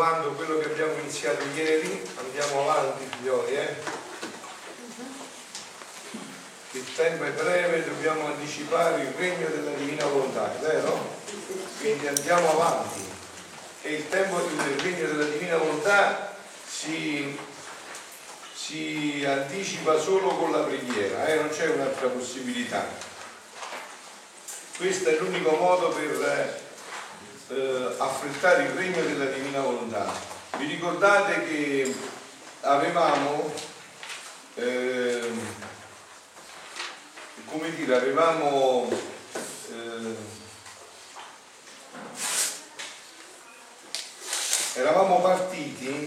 continuando quello che abbiamo iniziato ieri, andiamo avanti figlioli, il tempo è breve, dobbiamo anticipare il regno della divina volontà, è vero? Quindi andiamo avanti e il tempo del regno della divina volontà si anticipa solo con la preghiera, non c'è un'altra possibilità. Questo è l'unico modo per affrontare il regno della divina volontà. Vi ricordate che avevamo eravamo partiti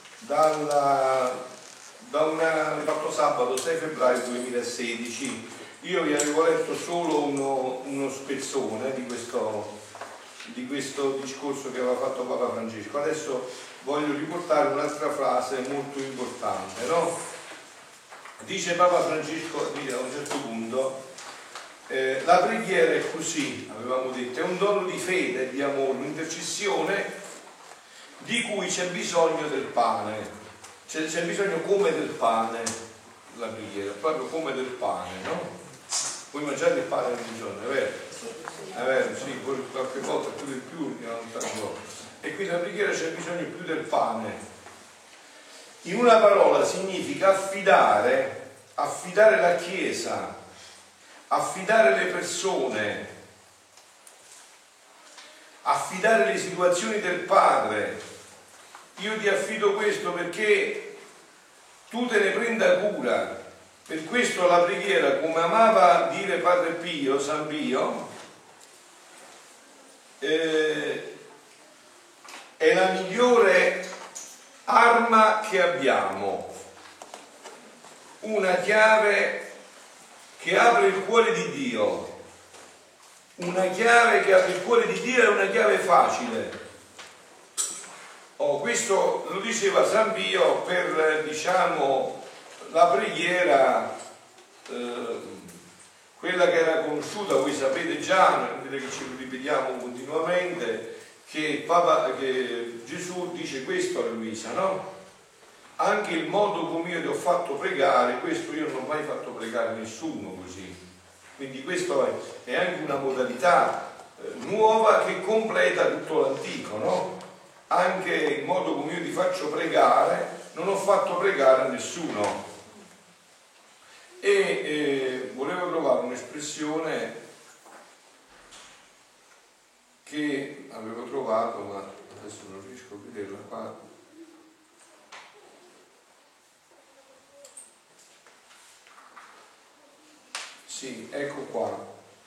l'abbiamo fatto sabato 6 febbraio 2016. Io vi avevo letto solo uno spezzone di questo discorso che aveva fatto Papa Francesco. Adesso voglio riportare un'altra frase molto importante, no? Dice Papa Francesco a un certo punto, la preghiera è così, avevamo detto, è un dono di fede, di amore, un'intercessione di cui c'è bisogno del pane, c'è bisogno come del pane, la preghiera, proprio come del pane, no? Voi mangiate il pane ogni giorno, è vero? È vero, sì, qualche volta più di più, e qui la preghiera c'è bisogno più del pane. In una parola significa affidare la Chiesa, affidare le persone, affidare le situazioni del Padre. Io ti affido questo perché tu te ne prenda cura. Per questo la preghiera, come amava dire Padre Pio, San Pio, è la migliore arma che abbiamo, una chiave che apre il cuore di Dio, una chiave che apre il cuore di Dio è una chiave facile. Questo lo diceva San Pio per, la preghiera, quella che era conosciuta, voi sapete già, non è che ce lo ripetiamo continuamente, che Gesù dice questo a Luisa, no? Anche il modo come io ti ho fatto pregare, questo io non ho mai fatto pregare nessuno così. Quindi questo è anche una modalità nuova che completa tutto l'antico, no? Anche il modo come io ti faccio pregare, non ho fatto pregare a nessuno. E volevo trovare un'espressione che avevo trovato, ma adesso non riesco a vederla qua. Sì, ecco qua.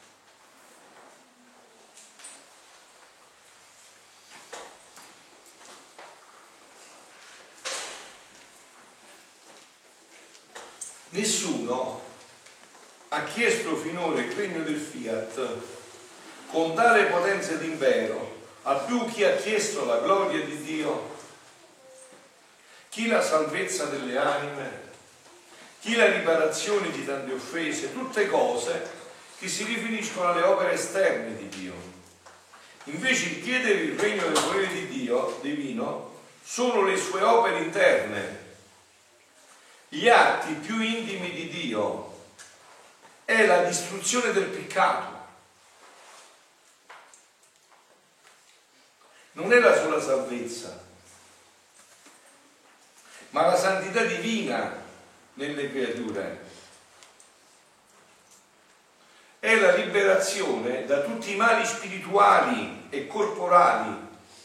Nessuno ha chiesto finora il regno del Fiat con tale potenza d'impero, al più chi ha chiesto la gloria di Dio, chi la salvezza delle anime, chi la riparazione di tante offese, tutte cose che si riferiscono alle opere esterne di Dio. Invece il chiedere il regno del volere di Dio divino sono le sue opere interne, gli atti più intimi di Dio, è la distruzione del peccato. Non è la sola salvezza, ma la santità divina nelle creature. È la liberazione da tutti i mali spirituali e corporali.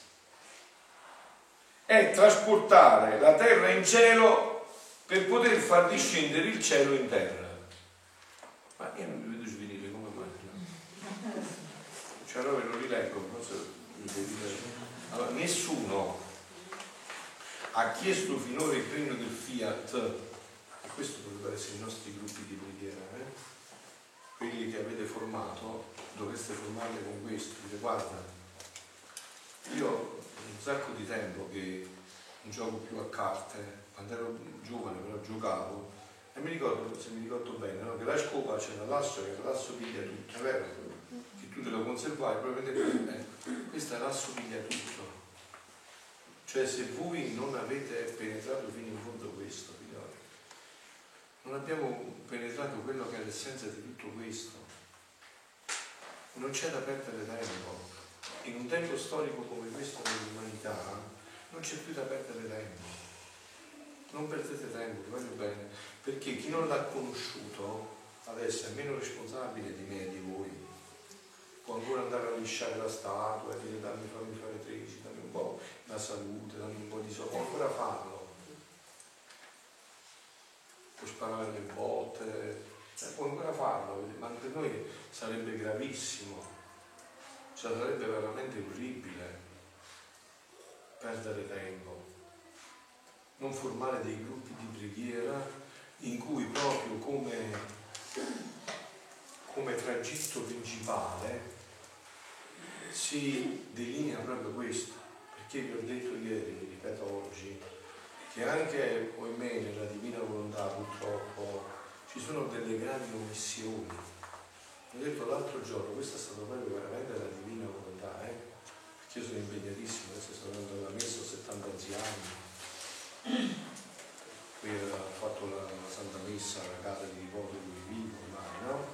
È trasportare la terra in cielo per poter far discendere il cielo in terra. Ma io non mi vedo svenire come mai. Cioè allora ve lo rileggo, non so, allora, nessuno ha chiesto finora il regno del Fiat, e questo dovrebbe essere i nostri gruppi di preghiera, quelli che avete formato, dovreste formarli con questo. Dite, guarda, io un sacco di tempo che non gioco più a carte, quando ero giovane però giocavo, e mi ricordo, se mi ricordo bene, no? Che la scopa c'era l'asso, che l'asso piglia tutto, è vero? Che tu te lo conservavi, proprio questo l'asso piglia tutto. Cioè, se voi non avete penetrato fino in fondo questo, figlioli, non abbiamo penetrato quello che è l'essenza di tutto questo. Non c'è da perdere tempo. In un tempo storico come questo dell'umanità non c'è più da perdere tempo. Non perdete tempo, vi voglio bene, perché chi non l'ha conosciuto adesso è meno responsabile di me e di voi. Può ancora andare a lisciare la statua e dire fammi fare 13, dammi un po' la salute, dammi un po' di soldi, può ancora farlo. Può sparare le botte, può ancora farlo, ma per noi sarebbe gravissimo, cioè sarebbe veramente orribile perdere tempo, non formare dei gruppi di preghiera in cui proprio come tragitto principale si delinea proprio questo, perché vi ho detto ieri, vi ripeto oggi, che anche, ohimè, nella divina volontà purtroppo ci sono delle grandi omissioni. Ho detto l'altro giorno, questa è stata proprio veramente la divina volontà, perché io sono impegnatissimo, adesso sto andando alla messa, ho 70 anni, qui ho fatto la Santa Messa alla casa di riposo dove vivo ormai, no?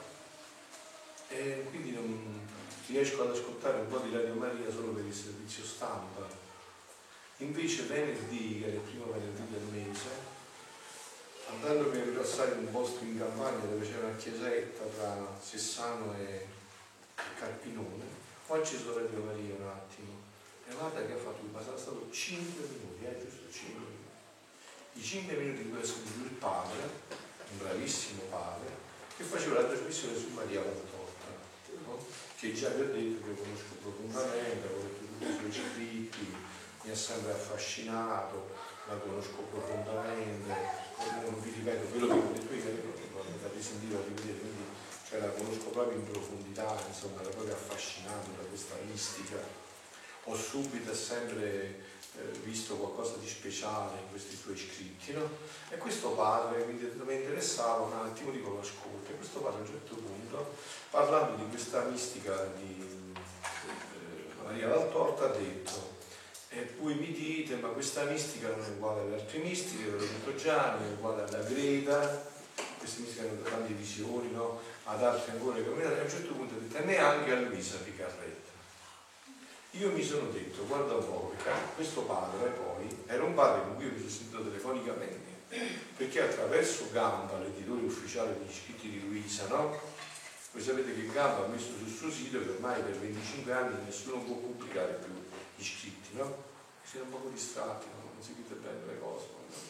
E quindi non riesco ad ascoltare un po' di Radio Maria solo per il servizio stampa. Invece venerdì, che è il primo venerdì del mese, andando per rilassare un posto in campagna dove c'è una chiesetta tra Sessano e Carpinone, ho acceso Radio Maria un attimo e guarda che ha fatto sarà stato 5 minuti, giusto 5 minuti. I 5 minuti in cui ho sentito il padre, un bravissimo padre, che faceva la trasmissione su Maria Valtorta, no? Che già vi ho detto che conosco profondamente, ho letto tutti i suoi scritti, mi ha sempre affascinato, la conosco profondamente, non vi ripeto quello che ho detto io, non la risentito a rivedere, quindi cioè, la conosco proprio in profondità, insomma, era proprio affascinato da questa mistica. Ho subito sempre visto qualcosa di speciale in questi suoi scritti, no? E questo padre mi interessava un attimo, dico l'ascolto, e questo padre a un certo punto, parlando di questa mistica di Maria Valtorta, ha detto: e voi mi dite, ma questa mistica non è uguale alle altre mistiche, ve l'ho detto già, non è uguale alla Greta, queste mistiche hanno grandi visioni, no? Ad altre ancora che a un certo punto ha detto neanche a Luisa Picarretta. Io mi sono detto, guarda un po', questo padre poi era un padre con cui io mi sono sentito telefonicamente, perché attraverso Gamba, l'editore ufficiale degli scritti di Luisa, no? Voi sapete che Gamba ha messo sul suo sito che ormai per 25 anni nessuno può pubblicare più gli scritti, no? Siete un po' distratti, no? Non seguite bene le cose,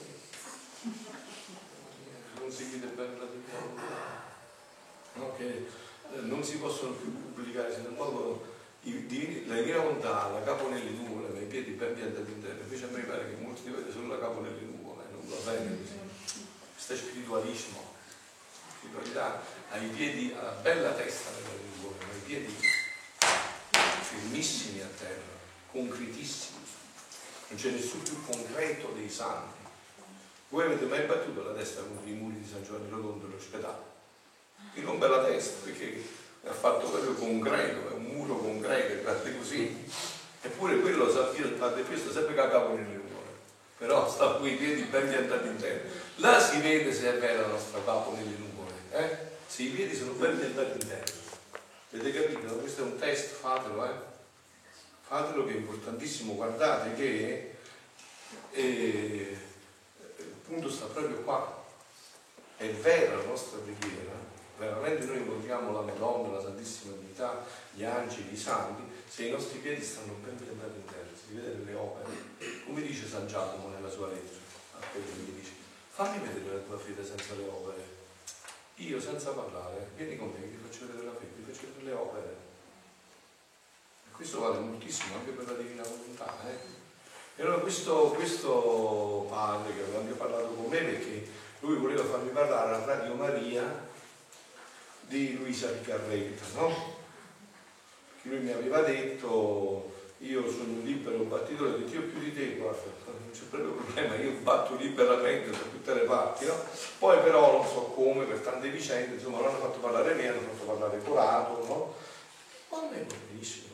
non seguite bene la tecnologia, no? Che non si possono più pubblicare, siete un po' la divina volontà, la capo nelle nuvole, ma i piedi ben piantati in terra. Invece a me pare che molti di voi solo la capo nelle nuvole, non va bene così. Questo è spiritualismo, spiritualità, ai piedi, alla bella testa nelle nuvole, ma i piedi firmissimi a terra, concretissimi. Non c'è nessun più concreto dei santi. Voi avete mai battuto la testa contro i muri di San Giovanni Rotondo all'ospedale? Vi rompe la testa perché ha fatto proprio concreto, è un muro concreto, è grande così. Eppure quello sa dire il Padre Cristo sempre che a capo nelle nuvole, però sta con i piedi ben piantati in terra. Là si vede se è vera la nostra capo nelle nuvole, se i piedi sono ben piantati in terra. Avete capito? Questo è un test, fatelo, fatelo, che è importantissimo. Guardate che il punto sta proprio qua. È vera la nostra preghiera. Veramente noi incontriamo la Madonna, la Santissima Trinità, gli angeli, i santi, se i nostri piedi stanno ben piantati in terra, si vede nelle opere. Come dice San Giacomo nella sua lettera a quello che gli dice: fammi vedere la tua fede senza le opere. Io senza parlare, vieni con me che ti faccio vedere la fede, ti faccio vedere le opere. E questo vale moltissimo anche per la divina volontà. E allora questo padre che aveva anche parlato con me, perché lui voleva farmi parlare alla Radio Maria di Luisa Picarretta, no? Che lui mi aveva detto: io sono un libero battitore, ho detto io più di te, guarda, non c'è proprio problema, io batto liberamente da tutte le parti, no? Poi però non so come, per tante vicende, insomma, non hanno fatto parlare me, hanno fatto parlare Corato, no? Ma a me va benissimo,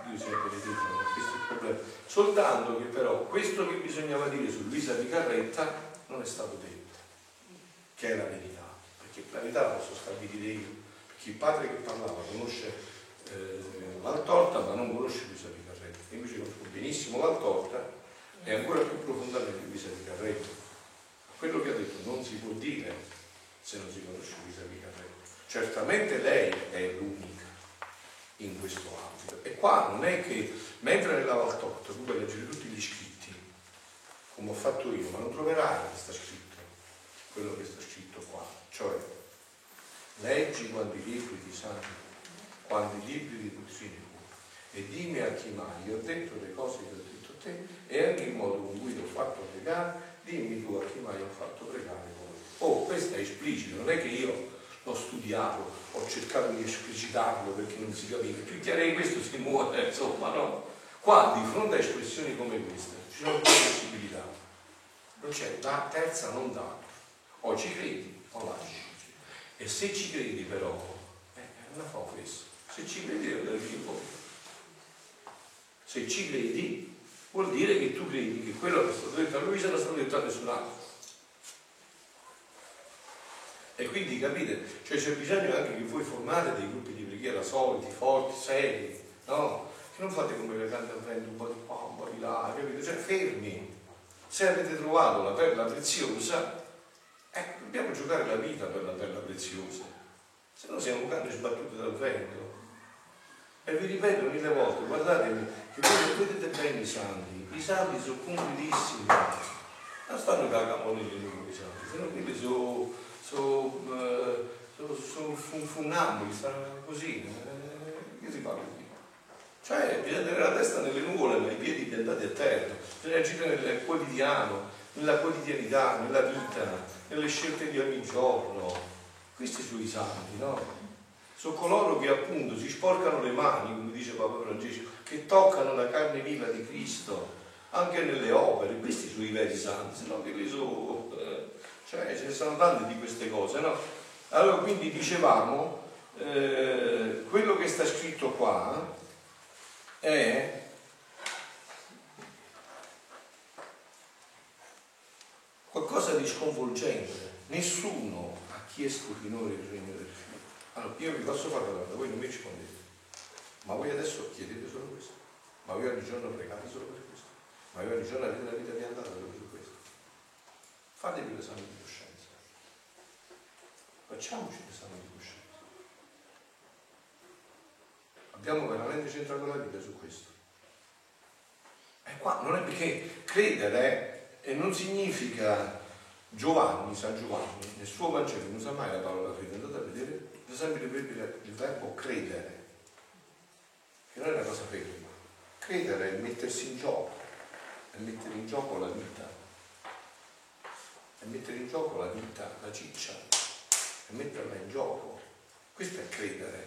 Dio sia benedetto, non è questo il problema. Soltanto che però questo che bisognava dire su Luisa Picarretta non è stato detto, che è la verità, perché la verità la posso stabilire io, perché il padre che parlava conosce Valtorta ma non conosce Luisa Picarretta, invece conosco benissimo Valtorta e ancora più profondamente Luisa Picarretta. Quello che ha detto non si può dire se non si conosce Luisa Picarretta. Certamente lei è l'unica in questo ambito, e qua non è che mentre nella Valtorta tu puoi leggere tutti gli scritti come ho fatto io, ma non troverai che sta scritto quello che sta scritto qua, cioè leggi quanti libri ti sanno, quanti libri di dottrina e dimmi a chi mai io ho detto le cose che ho detto a te, e anche il modo con cui ti ho fatto pregare, dimmi tu a chi mai ho fatto pregare come te. Oh, questo è esplicito, non è che io l'ho studiato, ho cercato di esplicitarlo perché non si capiva, più chiarei questo si muore, insomma, no? Qua di fronte a espressioni come queste ci sono due possibilità, non c'è la terza, non dà, o ci credi o lasci, e se ci credi però non fa questo, se ci credi devi andare più in fondo. Se ci credi vuol dire che tu credi che quello che è stato detto a Luisa non è stato detto a nessun altro. E quindi capite, cioè c'è bisogno anche che voi formate dei gruppi di preghiera solidi, forti, seri, no? Che non fate come le cante al vento, un po' di qua, un po' di là, capite? Cioè fermi. Se avete trovato la perla preziosa, dobbiamo giocare la vita per la perla preziosa, se no siamo canne sbattute dal vento. E vi ripeto mille volte, guardatevi, che voi vedete bene i santi sono cumplidissimi, non stanno cagando nelle nuvole i santi, se no quelli sono funamboli, stanno così, che si parla qui? Cioè bisogna tenere la testa nelle nuvole ma i piedi piantati a terra, bisogna agire nel quotidiano, nella quotidianità, nella vita, nelle scelte di ogni giorno. Questi sono i santi, no? Sono coloro che appunto si sporcano le mani, come dice Papa Francesco, che toccano la carne viva di Cristo anche nelle opere. Questi sono i veri santi, se no che li sono, cioè ce ne sono tante di queste cose, no? Allora quindi dicevamo, quello che sta scritto qua è qualcosa di sconvolgente. Nessuno ha chiesto finora il regno del Figlio. Allora, io vi posso fare la domanda, voi non mi rispondete, ma voi adesso chiedete solo questo? Ma voi ogni giorno pregate solo per questo? Ma voi ogni giorno avete la vita piantata solo per questo? Fatevi l'esame di coscienza. Facciamoci l'esame di coscienza. Abbiamo veramente centrato la vita su questo? E qua non è perché credere e non significa San Giovanni, nel suo Vangelo non usa mai la parola fede, andate a vedere, usa sempre il verbo credere, che non è una cosa ferma. Credere è mettersi in gioco, è mettere in gioco la vita, è mettere in gioco la vita, la ciccia, è metterla in gioco. Questo è credere.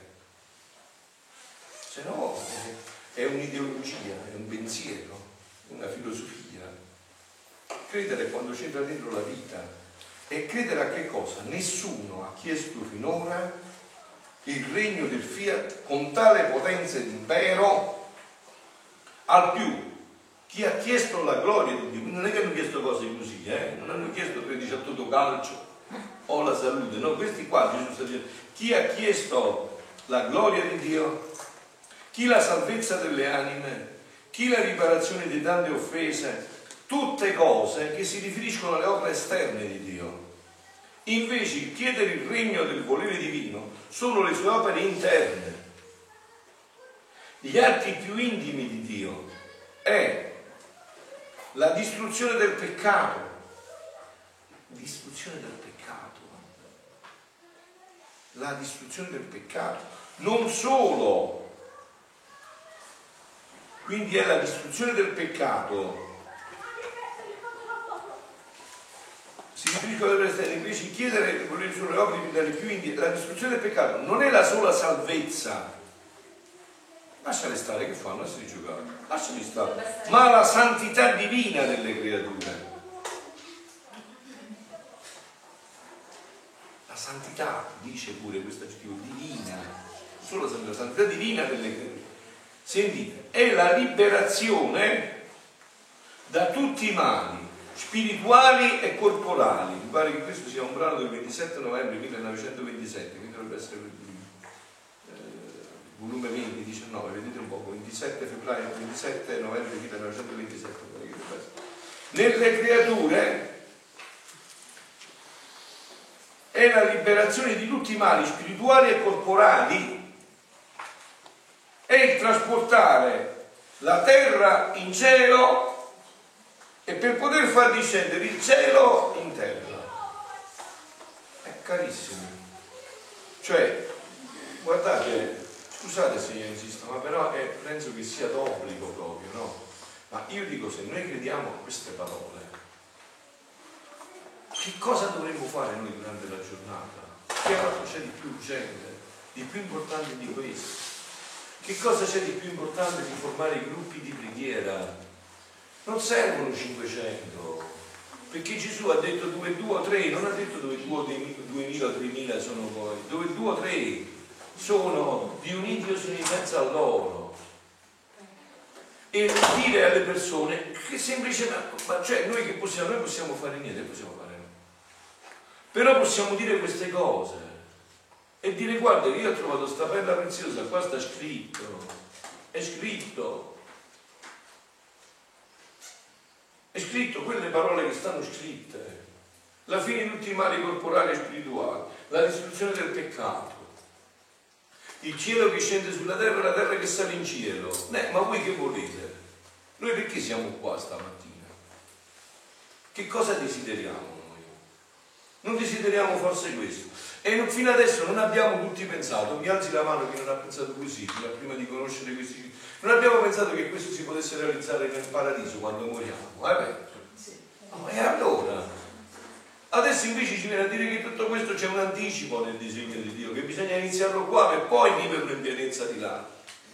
Se no è un'ideologia, è un pensiero, una filosofia. Credere è quando c'entra dentro la vita. E credere a che cosa? Nessuno ha chiesto finora il regno del Fiat con tale potenza ed impero, al più chi ha chiesto la gloria di Dio. Non è che hanno chiesto cose così, non hanno chiesto 13 a tutto calcio o la salute, no, questi qua Gesù sta dicendo chi ha chiesto la gloria di Dio, chi la salvezza delle anime, chi la riparazione di tante offese, tutte cose che si riferiscono alle opere esterne di Dio. Invece il chiedere il regno del volere divino sono le sue opere interne. Gli atti più intimi di Dio è la distruzione del peccato. Distruzione del peccato. La distruzione del peccato. Non solo. Quindi è la distruzione del peccato. Si riferiscono alle opere esterne, invece chiedere sulle opere delle più intime, la distruzione del peccato non è la sola salvezza. Lasciali stare, che fanno? Lasciali giocare, lasciali stare. Ma la santità divina delle creature. La santità, dice pure questo aggettivo, divina, non solo la santità divina delle creature. Sentite, è la liberazione da tutti i mali spirituali e corporali. Mi pare che questo sia un brano del 27 novembre 1927, quindi dovrebbe essere volume 20, 19, vedete un po', 27 novembre 1927. Nelle creature è la liberazione di tutti i mali spirituali e corporali, è il trasportare la terra in cielo e per poter far discendere il cielo in terra. Carissimi, cioè, guardate, scusate se io insisto, ma però penso che sia d'obbligo proprio, no? Ma io dico, se noi crediamo a queste parole, che cosa dovremmo fare noi durante la giornata? Che altro c'è di più urgente, di più importante di questo? Che cosa c'è di più importante di formare i gruppi di preghiera? Non servono 500, perché Gesù ha detto dove 2 o 3, non ha detto dove 2000 o 3000 sono voi, dove 2 o 3 sono riuniti, io sono in mezzo a loro. E dire alle persone che semplicemente, ma cioè noi che possiamo, noi possiamo fare niente, possiamo fare niente. Però possiamo dire queste cose e dire: guarda, io ho trovato sta perla preziosa, qua sta scritto, è scritto quelle parole che stanno scritte, la fine di tutti i mali corporali e spirituali, la distruzione del peccato, il cielo che scende sulla terra e la terra che sale in cielo. Ma voi che volete? Noi perché siamo qua stamattina? Che cosa desideriamo noi? Non desideriamo forse questo? E fino adesso non abbiamo tutti pensato, mi alzi la mano chi non ha pensato così, prima di conoscere questi, non abbiamo pensato che questo si potesse realizzare nel paradiso quando moriamo, e allora? Adesso invece ci viene a dire che tutto questo c'è un anticipo nel disegno di Dio, che bisogna iniziarlo qua per poi viverlo in pienezza di là.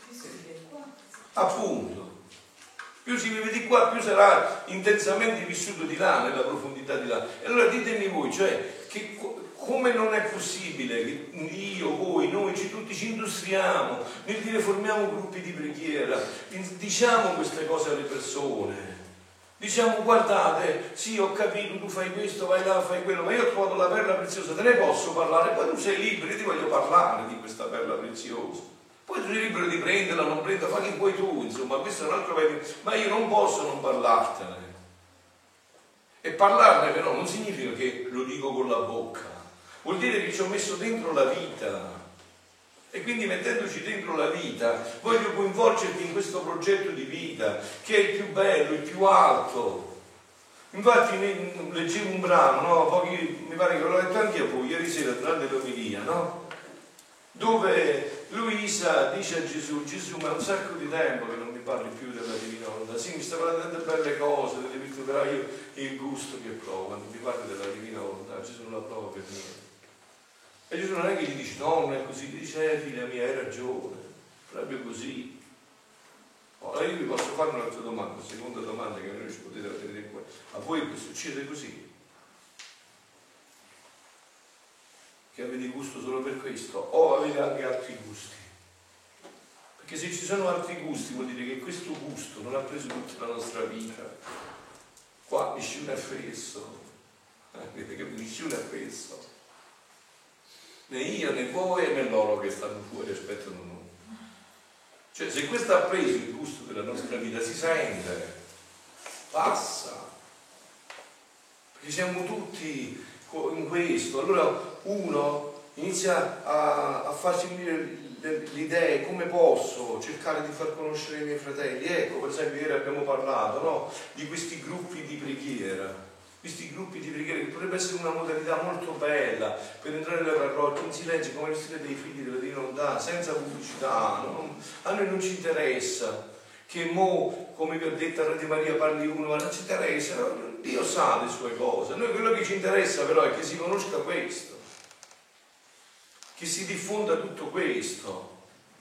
Appunto. Più si vive di qua, più sarà intensamente vissuto di là, nella profondità di là. E allora ditemi voi, cioè, che come non è possibile che io, voi, noi tutti ci industriamo nel dire formiamo gruppi di preghiera, diciamo queste cose alle persone. Diciamo: guardate, sì, ho capito, tu fai questo, vai là, fai quello, ma io ho trovato la perla preziosa, te ne posso parlare? Poi tu sei libero, io ti voglio parlare di questa perla preziosa. Poi tu sei libero di prenderla, non prenderla, fa che vuoi tu, insomma, questo è un altro paio, ma io non posso non parlartene. E parlarne però non significa che lo dico con la bocca, vuol dire che ci ho messo dentro la vita. E quindi mettendoci dentro la vita voglio coinvolgerti in questo progetto di vita che è il più bello, il più alto. Infatti leggevo un brano, no? Mi pare che l'ho letto anche a voi ieri sera durante l'omelia, no? Dove Luisa dice a Gesù: Gesù, ma è un sacco di tempo che non mi parli più della divina volontà. Sì, mi sta parlando di tante belle cose, delle virtù, però io il gusto che provo quando mi parli della divina volontà, Gesù non la provo per niente. E Gesù non è che gli dice: no, non è così, gli dice: figlia mia, hai ragione, proprio così. Ora io vi posso fare un'altra domanda, seconda domanda che non ci potete vedere qua. A voi succede così? Che avete gusto solo per questo? O avete anche altri gusti? Perché se ci sono altri gusti vuol dire che questo gusto non ha preso tutta la nostra vita. Qua nessuno è fesso, vedete che nessuno è fesso. Né io, né voi, né loro che stanno fuori aspettano noi. Cioè, se questo ha preso il gusto della nostra vita, si sente, passa. Perché siamo tutti in questo. Allora uno inizia a farsi venire le idee: come posso cercare di far conoscere i miei fratelli? Ecco, per esempio, ieri abbiamo parlato, no? Di questi gruppi di preghiera. Questi gruppi di preghiera, che potrebbe essere una modalità molto bella per entrare nella parrocchia in silenzio, come il stile dei figli della divina volontà, senza pubblicità. A noi non ci interessa che mo, come vi ho detto, a Radio Maria parli uno, ma non ci interessa, Dio sa le sue cose. A noi quello che ci interessa però è che si conosca questo, che si diffonda tutto questo,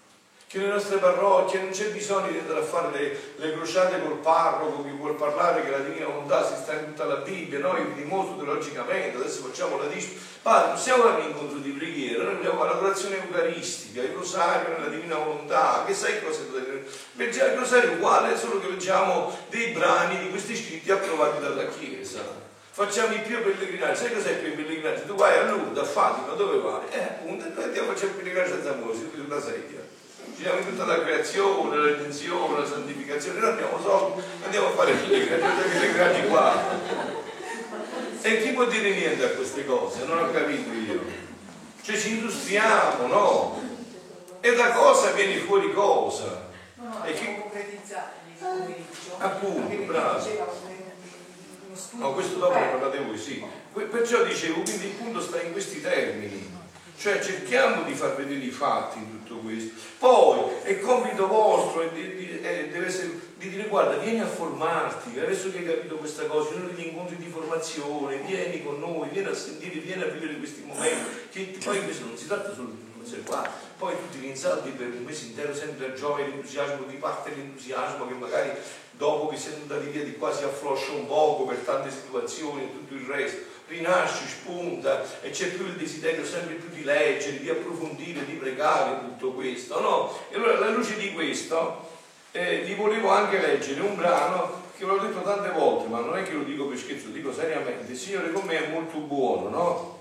che le nostre parrocchie non c'è bisogno di andare a fare le crociate col parroco che vuol parlare che la divina volontà si sta in tutta la Bibbia. Noi vi dimostro teologicamente, adesso facciamo la disputa. Padre, non stiamo fare un incontro di preghiera, noi andiamo alla l'adorazione eucaristica, il rosario nella divina volontà, che sai cosa? Leggiamo il rosario uguale, solo che leggiamo dei brani di questi scritti approvati dalla Chiesa. Facciamo il Pio Pellegrinaggio. Sai cos'è il Pio Pellegrinaggio? Tu vai a Lourdes, a Fatima, dove vai? Appunto, noi andiamo a fare il pellegrinaggio senza muoversi, sulla sedia. Giriamo in tutta la creazione, la redenzione, la santificazione, noi abbiamo soldi, andiamo a fare il pellegrinaggio qua. E chi può dire niente a queste cose? Non ho capito io. Cioè ci industriamo, no? E da cosa viene fuori cosa? No, e che concretizzare il pomeriggio. Appunto, bravo. No, questo dopo ne parlate voi, sì. Perciò dicevo, quindi il punto sta in questi termini. Cioè cerchiamo di far vedere i fatti in tutto questo. Poi è compito vostro deve essere di dire guarda, vieni a formarti, adesso che hai capito questa cosa, uno degli incontri di formazione, vieni con noi, vieni a sentire, vieni a vivere questi momenti, che poi questo non si tratta solo di un mese qua, poi tutti gli insalti per un mese intero sempre la gioia, l'entusiasmo, di parte l'entusiasmo che magari dopo che siete andati via di qua si affloscia un poco per tante situazioni e tutto il resto, rinasce, spunta e c'è più il desiderio sempre più di leggere, di approfondire, di pregare tutto questo, no? E allora alla luce di questo vi volevo anche leggere un brano che ve l'ho detto tante volte, ma non è che lo dico per scherzo, lo dico seriamente. Il Signore con me è molto buono, no?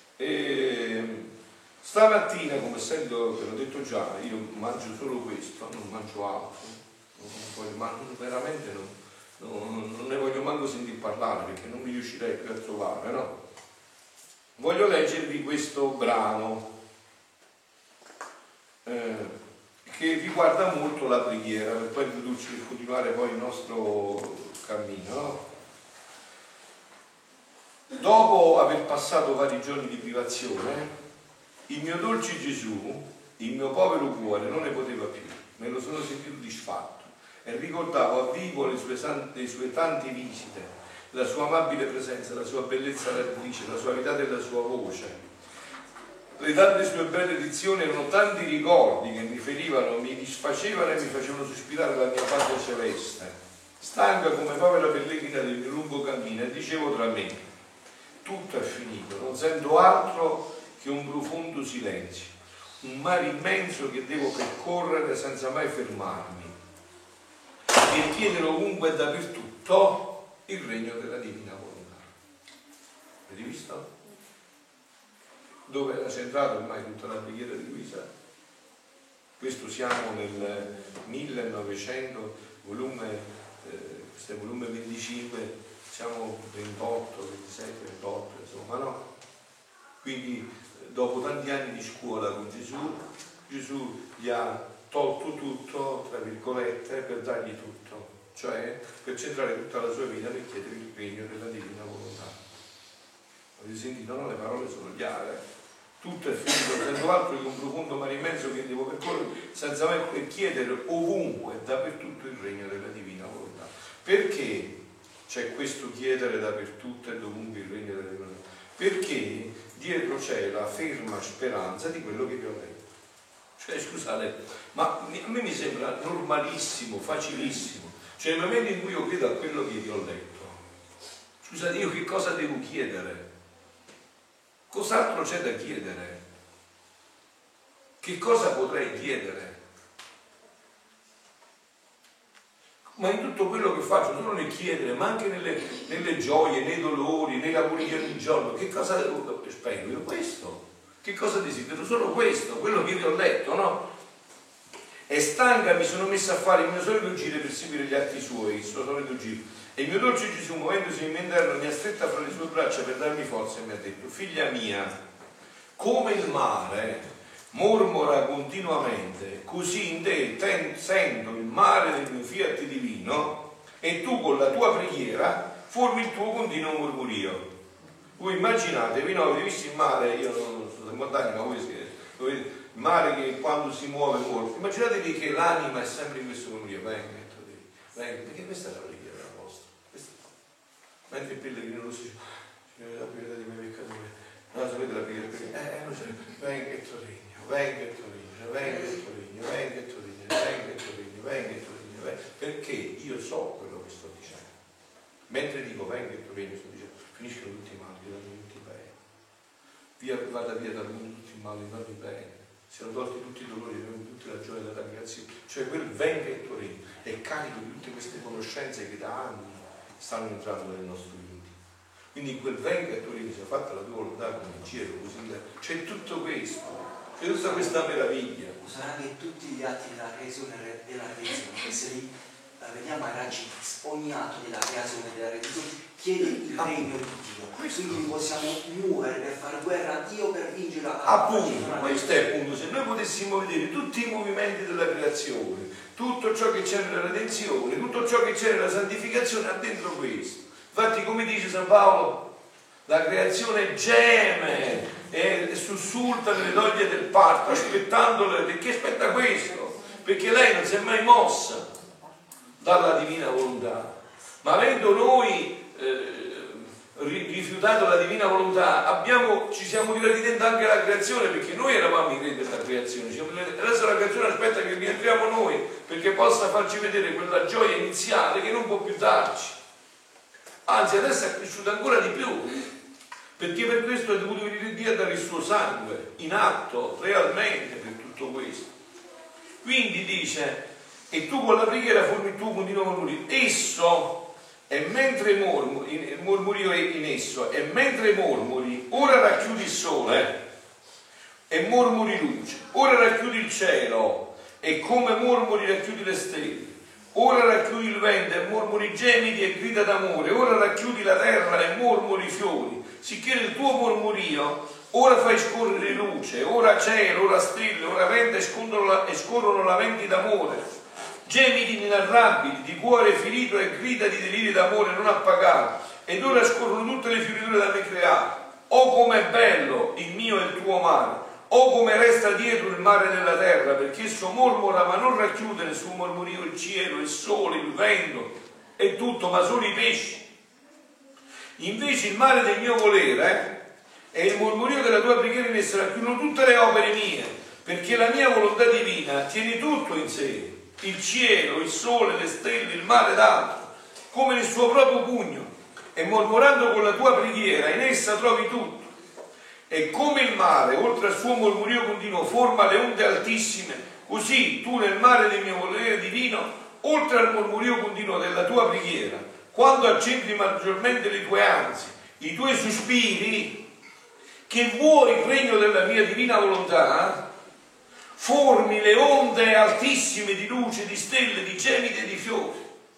Stamattina, come essendo, te l'ho detto già, io mangio solo questo, non mangio altro, veramente non ne voglio manco sentire parlare perché non mi riuscirei più a trovare, no? Voglio leggervi questo brano che riguarda molto la preghiera per poi introdurci e continuare poi il nostro cammino, no? Dopo aver passato vari giorni di privazione, il mio dolce Gesù, il mio povero cuore non ne poteva più, me lo sono sentito disfatto e ricordavo a vivo le sue tante visite, la sua amabile presenza, la sua bellezza radice, la suavità della sua voce. Le tante sue belle lezioni erano tanti ricordi che mi ferivano, mi disfacevano e mi facevano sospirare la mia patria celeste. Stanca come povera pellegrina del mio lungo cammino, e dicevo tra me, tutto è finito, non sento altro che un profondo silenzio, un mare immenso che devo percorrere senza mai fermarmi e chiedere ovunque e dappertutto il regno della divina volontà. Avete visto? Dove era centrata ormai tutta la preghiera di Luisa? Questo siamo nel 1900, questo è volume 25, siamo 28, 27, 28, insomma, no? Quindi dopo tanti anni di scuola con Gesù, Gesù gli ha tolto tutto, tra virgolette, per dargli tutto, cioè per centrare tutta la sua vita per chiedere il regno della divina volontà. Avete sentito, no? Le parole sono chiare. Tutto è finito, senza altro che un profondo mare immenso che devo percorrere senza mai per chiedere ovunque e dappertutto il regno della divina volontà. Perché c'è questo chiedere dappertutto e dovunque il regno della divina volontà? Perché dietro c'è la ferma speranza di quello che vi ho detto. Cioè, scusate, ma a me mi sembra normalissimo, facilissimo. Cioè, nel momento in cui io credo a quello che vi ho detto, scusate, io che cosa devo chiedere? Cos'altro c'è da chiedere? Che cosa potrei chiedere? Ma in tutto quello che faccio, solo nel chiedere, ma anche nelle gioie, nei dolori, nei lavori di ogni giorno, che cosa spero io? Questo. Che cosa desidero? Solo questo, quello che vi ho letto, no? È stanca, mi sono messa a fare il mio solito giro per seguire gli atti suoi, il suo solito giro. E il mio dolce Gesù, muovendosi in mio interno, mi ha stretta fra le sue braccia per darmi forza e mi ha detto: figlia mia, come il mare mormora continuamente, così in te sento il mare del mio fiat divino, e tu con la tua preghiera formi il tuo continuo murmurio. Voi immaginatevi, no, avete visto il mare, io non sono in montagna, ma voi il mare che quando si muove muore. Immaginatevi che l'anima è sempre in questo murmurio, venga, perché questa è la preghiera. Mentre il pellegrino lo si dice, Signore, la pietà di miei peccatori, no, sapete la preghiera, venga il tuo regno, venga il tuo regno, venga il tuo regno, regni, venga il tuo regno, venga il tuo regno, venga il tuo regno, venga, perché io so quello che sto dicendo. Mentre dico venga il tuo regno, sto dicendo finiscono tutti i mali, vanno tutti bene. Vada via dal mondo tutti i mali, vanno bene. Siano tolti tutti i dolori, abbiamo tutta la gioia della creazione. Cioè quel venga il tuo regno è carico di tutte queste conoscenze che da anni stanno entrando nel nostro vita. Quindi in quel venga il tuo regno sia fatta la tua volontà come in cielo, così in terra. C'è tutto questo, c'è tutta questa meraviglia. Sarà che tutti gli atti della creazione e della redenzione, che se li vediamo ai raggi X, ogni atto della creazione e della redenzione chiede il regno di Dio. Quindi possiamo muovere per fare guerra a Dio per vincere la Appunto, questo è il punto. Se noi potessimo vedere tutti i movimenti della creazione, tutto ciò che c'è nella redenzione, tutto ciò che c'è nella santificazione, ha dentro questo. Infatti, come dice San Paolo, la creazione geme e sussulta nelle doglie del parto, aspettandole. Perché aspetta questo? Perché lei non si è mai mossa dalla divina volontà. Ma avendo noi rifiutato la divina volontà, ci siamo tirati dentro anche la creazione, perché noi eravamo i re della creazione. Adesso la creazione aspetta che rientriamo noi perché possa farci vedere quella gioia iniziale che non può più darci. Anzi, adesso è cresciuta ancora di più, perché per questo è dovuto venire Dio a dare il suo sangue in atto realmente per tutto questo. Quindi dice: e tu con la preghiera formi il tuo continuo mormorio. Esso, e mentre mormorio in esso, e mentre mormori, ora racchiudi il sole e mormori luce, ora racchiudi il cielo e come mormori racchiudi le stelle. Ora racchiudi il vento e mormori gemiti e grida d'amore, ora racchiudi la terra e mormori fiori, sicché nel tuo mormorio ora fai scorrere luce, ora cielo, ora stelle, ora vento e scorrono lamenti d'amore, gemiti inarrabili, di cuore ferito e grida di delirio d'amore non appagato, ed ora scorrono tutte le fioriture da me create. Oh com'è bello il mio e il tuo mare! O come resta dietro il mare della terra, perché esso mormora ma non racchiude nel suo mormorio il cielo, il sole, il vento e tutto, ma solo i pesci. Invece il mare del mio volere e il mormorio della tua preghiera in essa racchiudono tutte le opere mie, perché la mia volontà divina tiene tutto in sé, il cielo, il sole, le stelle, il mare d'altro, come nel suo proprio pugno, e mormorando con la tua preghiera in essa trovi tutto. E come il mare, oltre al suo mormorio continuo, forma le onde altissime, così tu nel mare del mio volere divino, oltre al mormorio continuo della tua preghiera, quando accentri maggiormente le tue ansie, i tuoi sospiri, che vuoi il regno della mia divina volontà, formi le onde altissime di luce, di stelle, di gemiti e di fiori.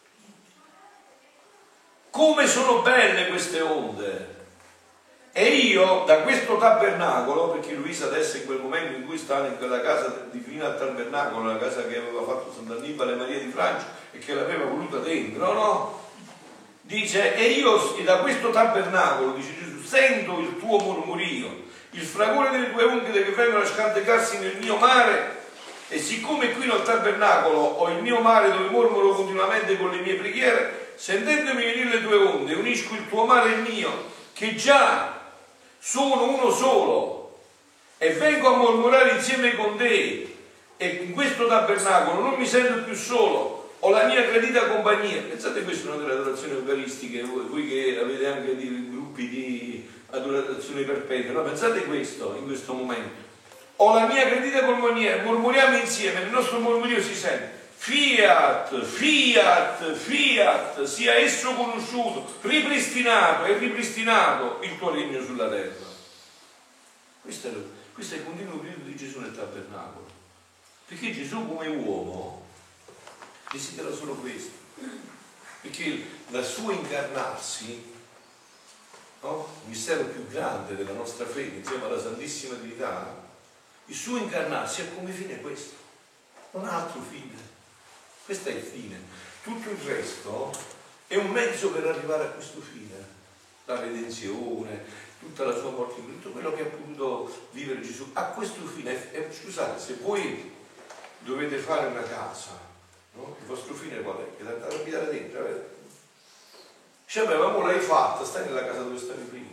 Come sono belle queste onde! E io da questo tabernacolo, perché Luisa adesso in quel momento in cui sta in quella casa vicino al tabernacolo, la casa che aveva fatto Sant'Annibale Maria di Francia e che l'aveva voluta dentro, no? Dice: e io da questo tabernacolo, dice Gesù, sento il tuo mormorio, il fragore delle tue onde che vengono a scantecarsi nel mio mare, e siccome qui nel tabernacolo ho il mio mare dove mormoro continuamente con le mie preghiere, sentendomi venire le tue onde, unisco il tuo mare e il mio, che già sono uno solo, e vengo a mormorare insieme con te, e in questo tabernacolo non mi sento più solo, ho la mia gradita compagnia. Pensate, questa è una delle adorazioni eucaristiche, voi che avete anche gruppi di adorazione perpetua, no? Pensate questo in questo momento: ho la mia gradita compagnia, mormoriamo insieme, nel nostro mormorio si sente fiat, fiat, fiat, sia esso conosciuto, ripristinato e ripristinato il tuo regno sulla terra. Questo è il continuo periodo di Gesù nel tabernacolo, perché Gesù come uomo desidera solo questo, perché dal suo incarnarsi, no? Il mistero più grande della nostra fede insieme alla Santissima Trinità, il suo incarnarsi ha come fine questo, non ha altro fine. Questo è il fine. Tutto il resto è un mezzo per arrivare a questo fine. La redenzione, tutta la sua morte, tutto quello che ha potuto vivere Gesù a questo fine. Scusate, se voi dovete fare una casa, no? Il vostro fine qual è? Che da abitare dentro, vero? Cioè, ma mo l'hai fatta, stai nella casa dove stavi prima.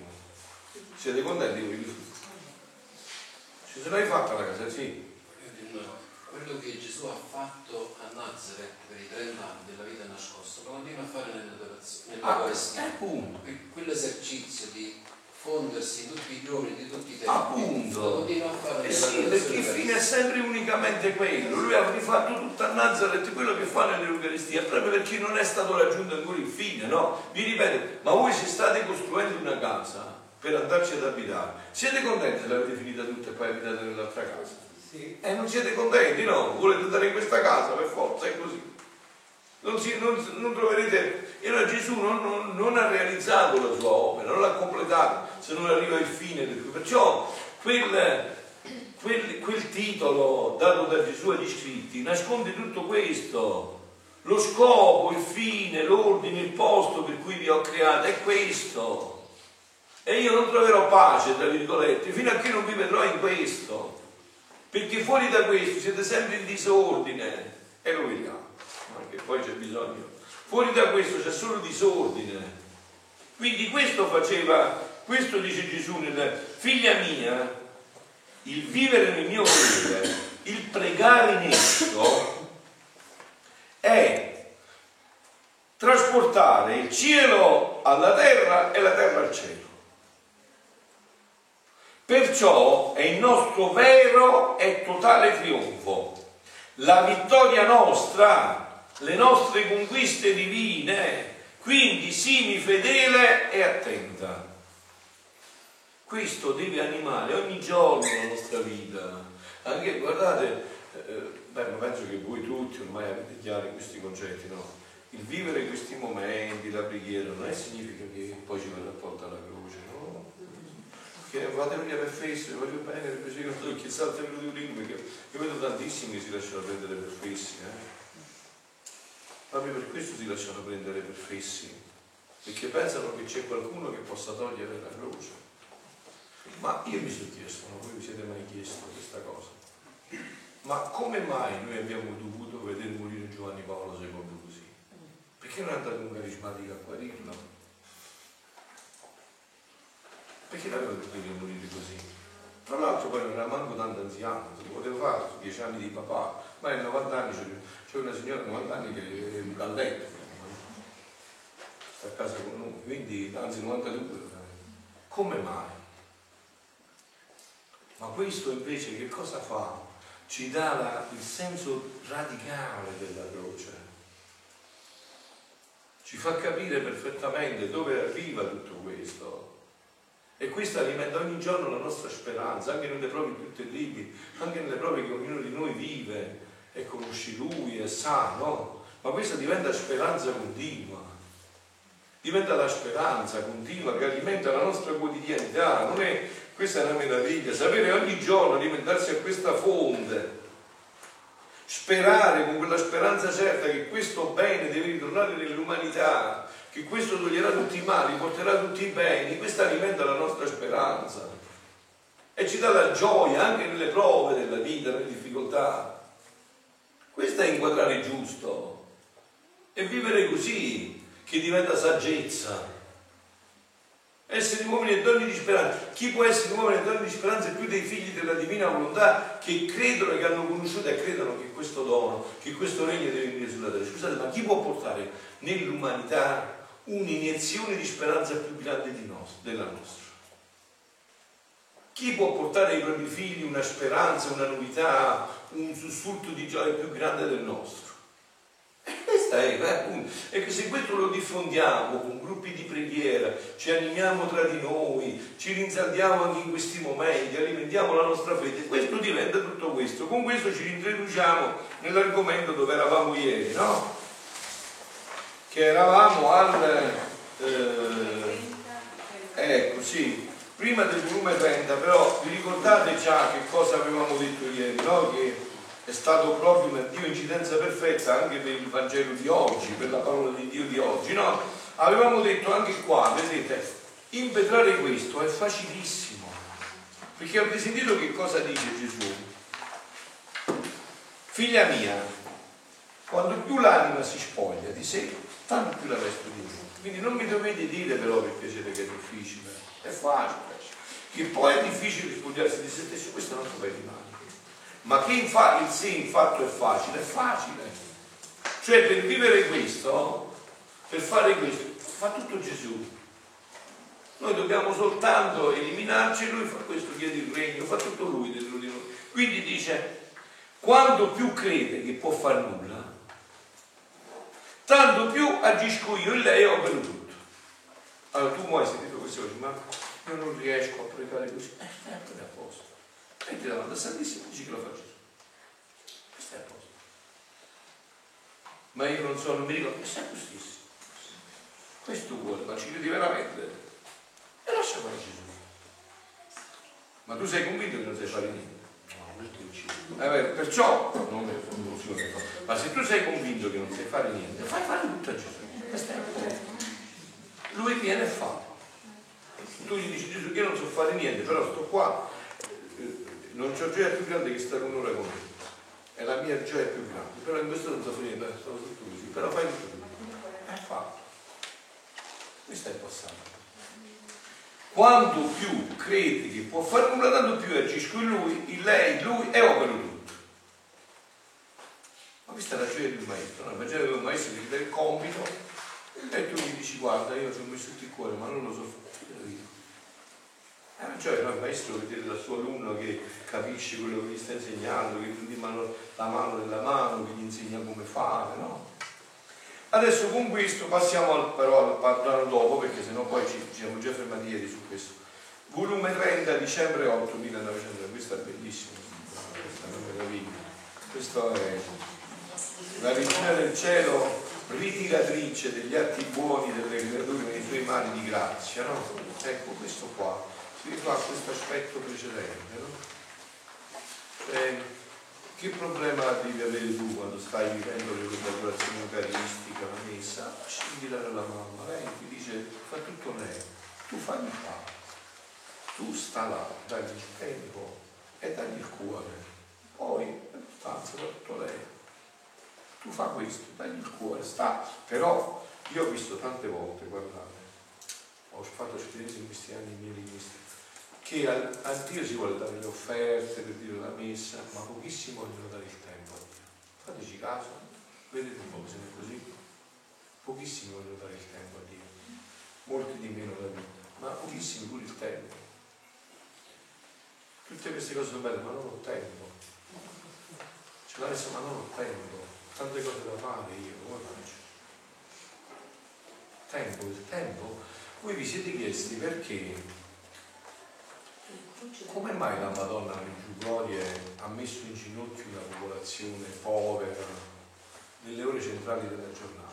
Siete contenti voi? Se l'hai fatta la casa, sì. quello che Gesù ha fatto a Nazareth per i 30 anni della vita nascosta lo continua a fare nell'Eucaristia. Quell'esercizio di fondersi in tutti i giorni di tutti i tempi appunto, lo continua a fare sì, perché il fine è sempre unicamente quello. Lui ha rifatto tutto a Nazareth quello che fa nell'Eucaristia, proprio perché non è stato raggiunto ancora il fine, no? Vi ripeto, ma voi se state costruendo una casa per andarci ad abitare, siete contenti se l'avete finita tutta e poi abitate nell'altra casa? Sì. Non siete contenti, no? Volete andare in questa casa per forza, è così. Non troverete. E allora Gesù non ha realizzato la sua opera, non l'ha completata se non arriva il fine. Perciò quel titolo dato da Gesù agli scritti nasconde tutto questo. Lo scopo, il fine, l'ordine, il posto per cui vi ho creato è questo. E io non troverò pace, tra virgolette, fino a che non vi vedrò in questo. Perché fuori da questo siete sempre in disordine. E lo vediamo. Perché poi c'è bisogno. Fuori da questo c'è solo disordine. Quindi questo dice Gesù nel figlia mia, il vivere nel mio volere, il pregare in esso è trasportare il cielo alla terra e la terra al cielo. Perciò è il nostro vero e totale trionfo, la vittoria nostra, le nostre conquiste divine, quindi sii fedele e attenta. Questo deve animare ogni giorno la nostra vita. Anche, guardate, ma penso che voi tutti ormai avete chiari questi concetti, no? Il vivere questi momenti, la preghiera, non è significa che poi ci verrà tolta la croce, no? Che vado via per fesso, voglio bene, così che non so chi salta venuto di prima, perché io vedo tantissimi che si lasciano prendere per fessi, proprio per questo si lasciano prendere per fessi, perché pensano che c'è qualcuno che possa togliere la croce. Ma io mi sono chiesto, ma voi vi siete mai chiesto questa cosa? Ma come mai noi abbiamo dovuto vedere morire Giovanni Paolo II così? Perché non è andato un carismatico a guarirlo? Perché l'aveva dovuto morire così? Tra l'altro poi non era manco tanto anziano, si poteva fare 10 anni di papà, ma ai 90 anni c'è una signora di 90 anni che è a letto, sta a casa con noi, quindi anzi 92. Come mai? Ma questo invece che cosa fa? Ci dà il senso radicale della croce, ci fa capire perfettamente dove arriva tutto questo. E questo alimenta ogni giorno la nostra speranza, anche nelle prove più terribili, anche nelle prove che ognuno di noi vive e conosci Lui e sa, no? Ma questa diventa speranza continua, diventa la speranza continua che alimenta la nostra quotidianità. Non è, questa è una meraviglia, sapere ogni giorno alimentarsi a questa fonte, sperare con quella speranza certa che questo bene deve ritornare nell'umanità, che questo toglierà tutti i mali, porterà tutti i beni. Questa alimenta la nostra speranza e ci dà la gioia anche nelle prove della vita, nelle difficoltà. Questo è inquadrare giusto e vivere così, che diventa saggezza. Essere uomini e donne di speranza. Chi può essere uomini e donne di speranza più dei figli della divina volontà, che credono, che hanno conosciuto e credono che questo dono, che questo regno deve venire sulla terra? Scusate, ma chi può portare nell'umanità un'iniezione di speranza più grande della nostra? Chi può portare ai propri figli una speranza, una novità, un sussulto di gioia più grande del nostro? Questa è, appunto. E che se questo lo diffondiamo con gruppi di preghiera, ci animiamo tra di noi, ci rinsaldiamo anche in questi momenti, alimentiamo la nostra fede, questo diventa tutto questo. Con questo ci introduciamo nell'argomento dove eravamo ieri, no? Che eravamo al ecco, sì, prima del volume 30, però vi ricordate già che cosa avevamo detto ieri, no? Che è stato proprio una Dio incidenza perfetta anche per il Vangelo di oggi, per la parola di Dio di oggi, no? Avevamo detto anche qua, vedete, impetrare questo è facilissimo, perché avete sentito che cosa dice Gesù? Figlia mia, quando più l'anima si spoglia di sé, tanto più la vesto di me. Quindi non mi dovete dire però per piacere che è difficile, è facile, che poi è difficile spogliarsi di se stesso, questo è un altro paio di maniche. Ma che il sì in fatto è facile, cioè per vivere questo, per fare questo, fa tutto Gesù. Noi dobbiamo soltanto eliminarci e lui fa questo, chiede il regno, fa tutto lui dentro di noi. Quindi dice, quanto più crede che può fare nulla, tanto più agisco io in lei e opero tutto. Allora tu mi hai sentito questo oggi, ma io non riesco a pregare così. Stai a posto. Metti davanti al Santissimo e dici che lo fa Gesù. Stai a posto. Ma io non so, non mi ricordo, stai giustissimo. Questo vuole, ma ci credi veramente? E lascia fare Gesù. Ma tu sei convinto che non sai fare niente? Perciò non funziona. Ma se tu sei convinto che non sai fare niente, fai fare tutto a Gesù. Lui viene e fa. Tu gli dici Gesù che io non so fare niente, però sto qua, non c'ho gioia più grande che stare un'ora con me. E la mia gioia è più grande, però in questo non so fare niente, sono tutto così, però fai tutto tu. È fatto. Questo è il passato. Quanto più credi che può fare nulla, tanto più agisco in lui, in lei, in lui e opero tutto. Ma questa è la gioia di un maestro, no? Immaginate che un maestro ti dà il compito e tu gli dici guarda io ci ho messo tutto il cuore ma non lo so fare, lo dico. Cioè no, il maestro vedete dal suo alunno che capisce quello che gli sta insegnando, che gli mano la mano nella mano, che gli insegna come fare, no? Adesso con questo passiamo però al brano dopo, perché sennò poi ci siamo già fermati ieri su questo. Volume 30, dicembre 8, 1900, questo è bellissimo, questa è una meraviglia. Questo è la regina del cielo, ritiratrice degli atti buoni delle creature nei suoi mani di grazia, no? Ecco questo qua, si rifà questo aspetto precedente, no? Che problema devi avere tu quando stai vivendo l'adorazione eucaristica, la messa? Scendila dalla mamma, lei ti dice fa tutto lei, tu fai il fatto, tu sta là, dagli il tempo e dagli il cuore, poi l'importanza fa tutto lei, tu fa questo, dagli il cuore, sta, però io ho visto tante volte, guardate, ho fatto esperienze in questi anni miei di questi, che a Dio si vuole dare le offerte per dire la messa, ma pochissimi vogliono dare il tempo a Dio. Fateci caso, vedete un po' se è così? Pochissimi vogliono dare il tempo a Dio, molti di meno la vita, ma pochissimi pure il tempo. Tutte queste cose sono belle, ma non ho tempo. C'è la messa, ma non ho tempo, tante cose da fare io, come faccio? Tempo, il tempo. Voi vi siete chiesti perché? Come mai la Madonna nelle più glorie ha messo in ginocchio una popolazione povera nelle ore centrali della giornata?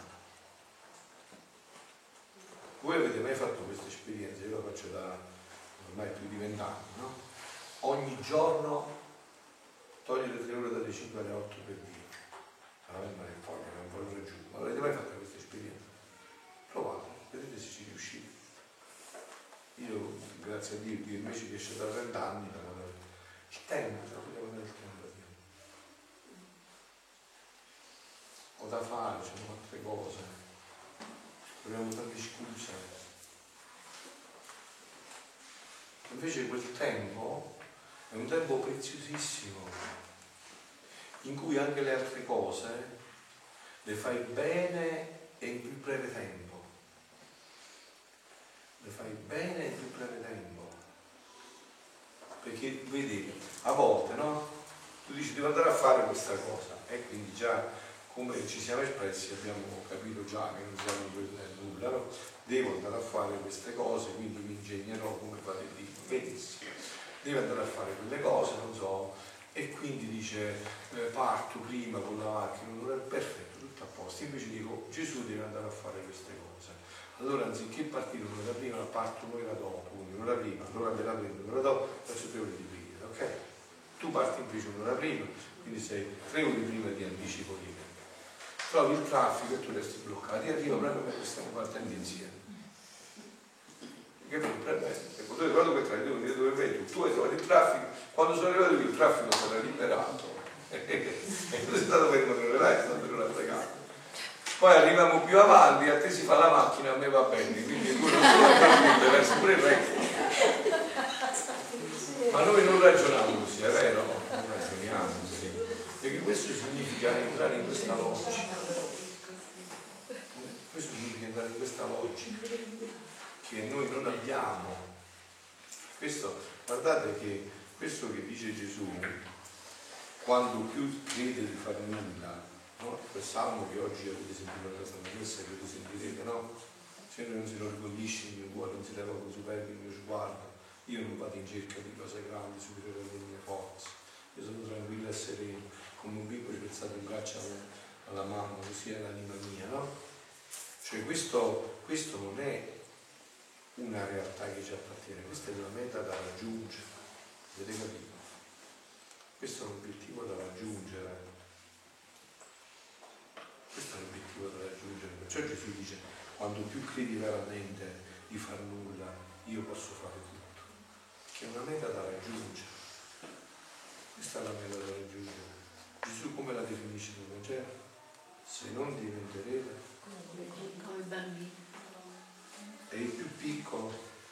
Voi avete mai fatto questa esperienza? Io la faccio da ormai più di 20 anni, no? Ogni giorno togliere 3 ore dalle 5 alle 8 per Dio. Veramente non è poco, non voglio giù. Ma avete mai fatto questa esperienza? Provate, vedete se ci riuscite. Io, grazie a Dio, invece che esce da 30 anni, il tempo, devo avere il tempo a Dio. Ho da fare, c'è altre cose, abbiamo tante scuse. Invece quel tempo è un tempo preziosissimo, in cui anche le altre cose le fai bene e in più breve tempo. Le fai bene in più breve tempo, perché vedi a volte no? Tu dici devo andare a fare questa cosa e quindi già come ci siamo espressi abbiamo capito già che non siamo nulla, no? Devo andare a fare queste cose, quindi mi ingegnerò come fare il libro, benissimo, devo andare a fare quelle cose, non so, e quindi dice parto prima con la macchina, non è perfetto, tutto a posto, invece dico Gesù deve andare a fare queste cose. Allora anziché partire un'ora prima, parto un'ora dopo, un'ora prima, allora me la prendo, un'ora dopo, faccio 3 ore di preghiera, ok? Tu parti invece un'ora prima, quindi sei 3 ore prima di anticipo di me. Trovi il traffico e tu resti bloccato, e arriva proprio perché stiamo partendo insieme. Ecco, tu hai trovato quel traffico, devo dire dove vai tu hai trovato il traffico, quando sono arrivato io il traffico sarà liberato, e tu sei stato fermo 3 ore là, è stato per una pregata. Poi arriviamo più avanti, a te si fa la macchina, a me va bene, quindi tu non solo tranquillo, verso pure il resto. Ma noi non ragioniamo così, è vero? Non ragioniamo. questo significa entrare in questa logica. Questo significa entrare in questa logica che noi non abbiamo. Questo, guardate che questo che dice Gesù, quando più crede di fare nulla, no? Quel salmo che oggi avete sentito nella Santa Messa, che lo sentirete, no? Se non si inorgoglisce il mio cuore, non si leva con superbio il mio sguardo, io non vado in cerca di cose grandi superiori alle mie forze, io sono tranquillo e sereno, come un piccolo pezzato in braccio alla mamma, così è l'anima mia, no? Cioè questo non è una realtà che ci appartiene, questa è una meta da raggiungere, avete capito? Questo è un obiettivo da raggiungere, questo è un obiettivo da raggiungere, perciò Gesù dice, quando più credi veramente di far nulla, io posso fare tutto, che è una meta da raggiungere, questa è la meta da raggiungere. Gesù come la definisce nel Vangelo? Se non diventerete come il bambino. È il più piccolo.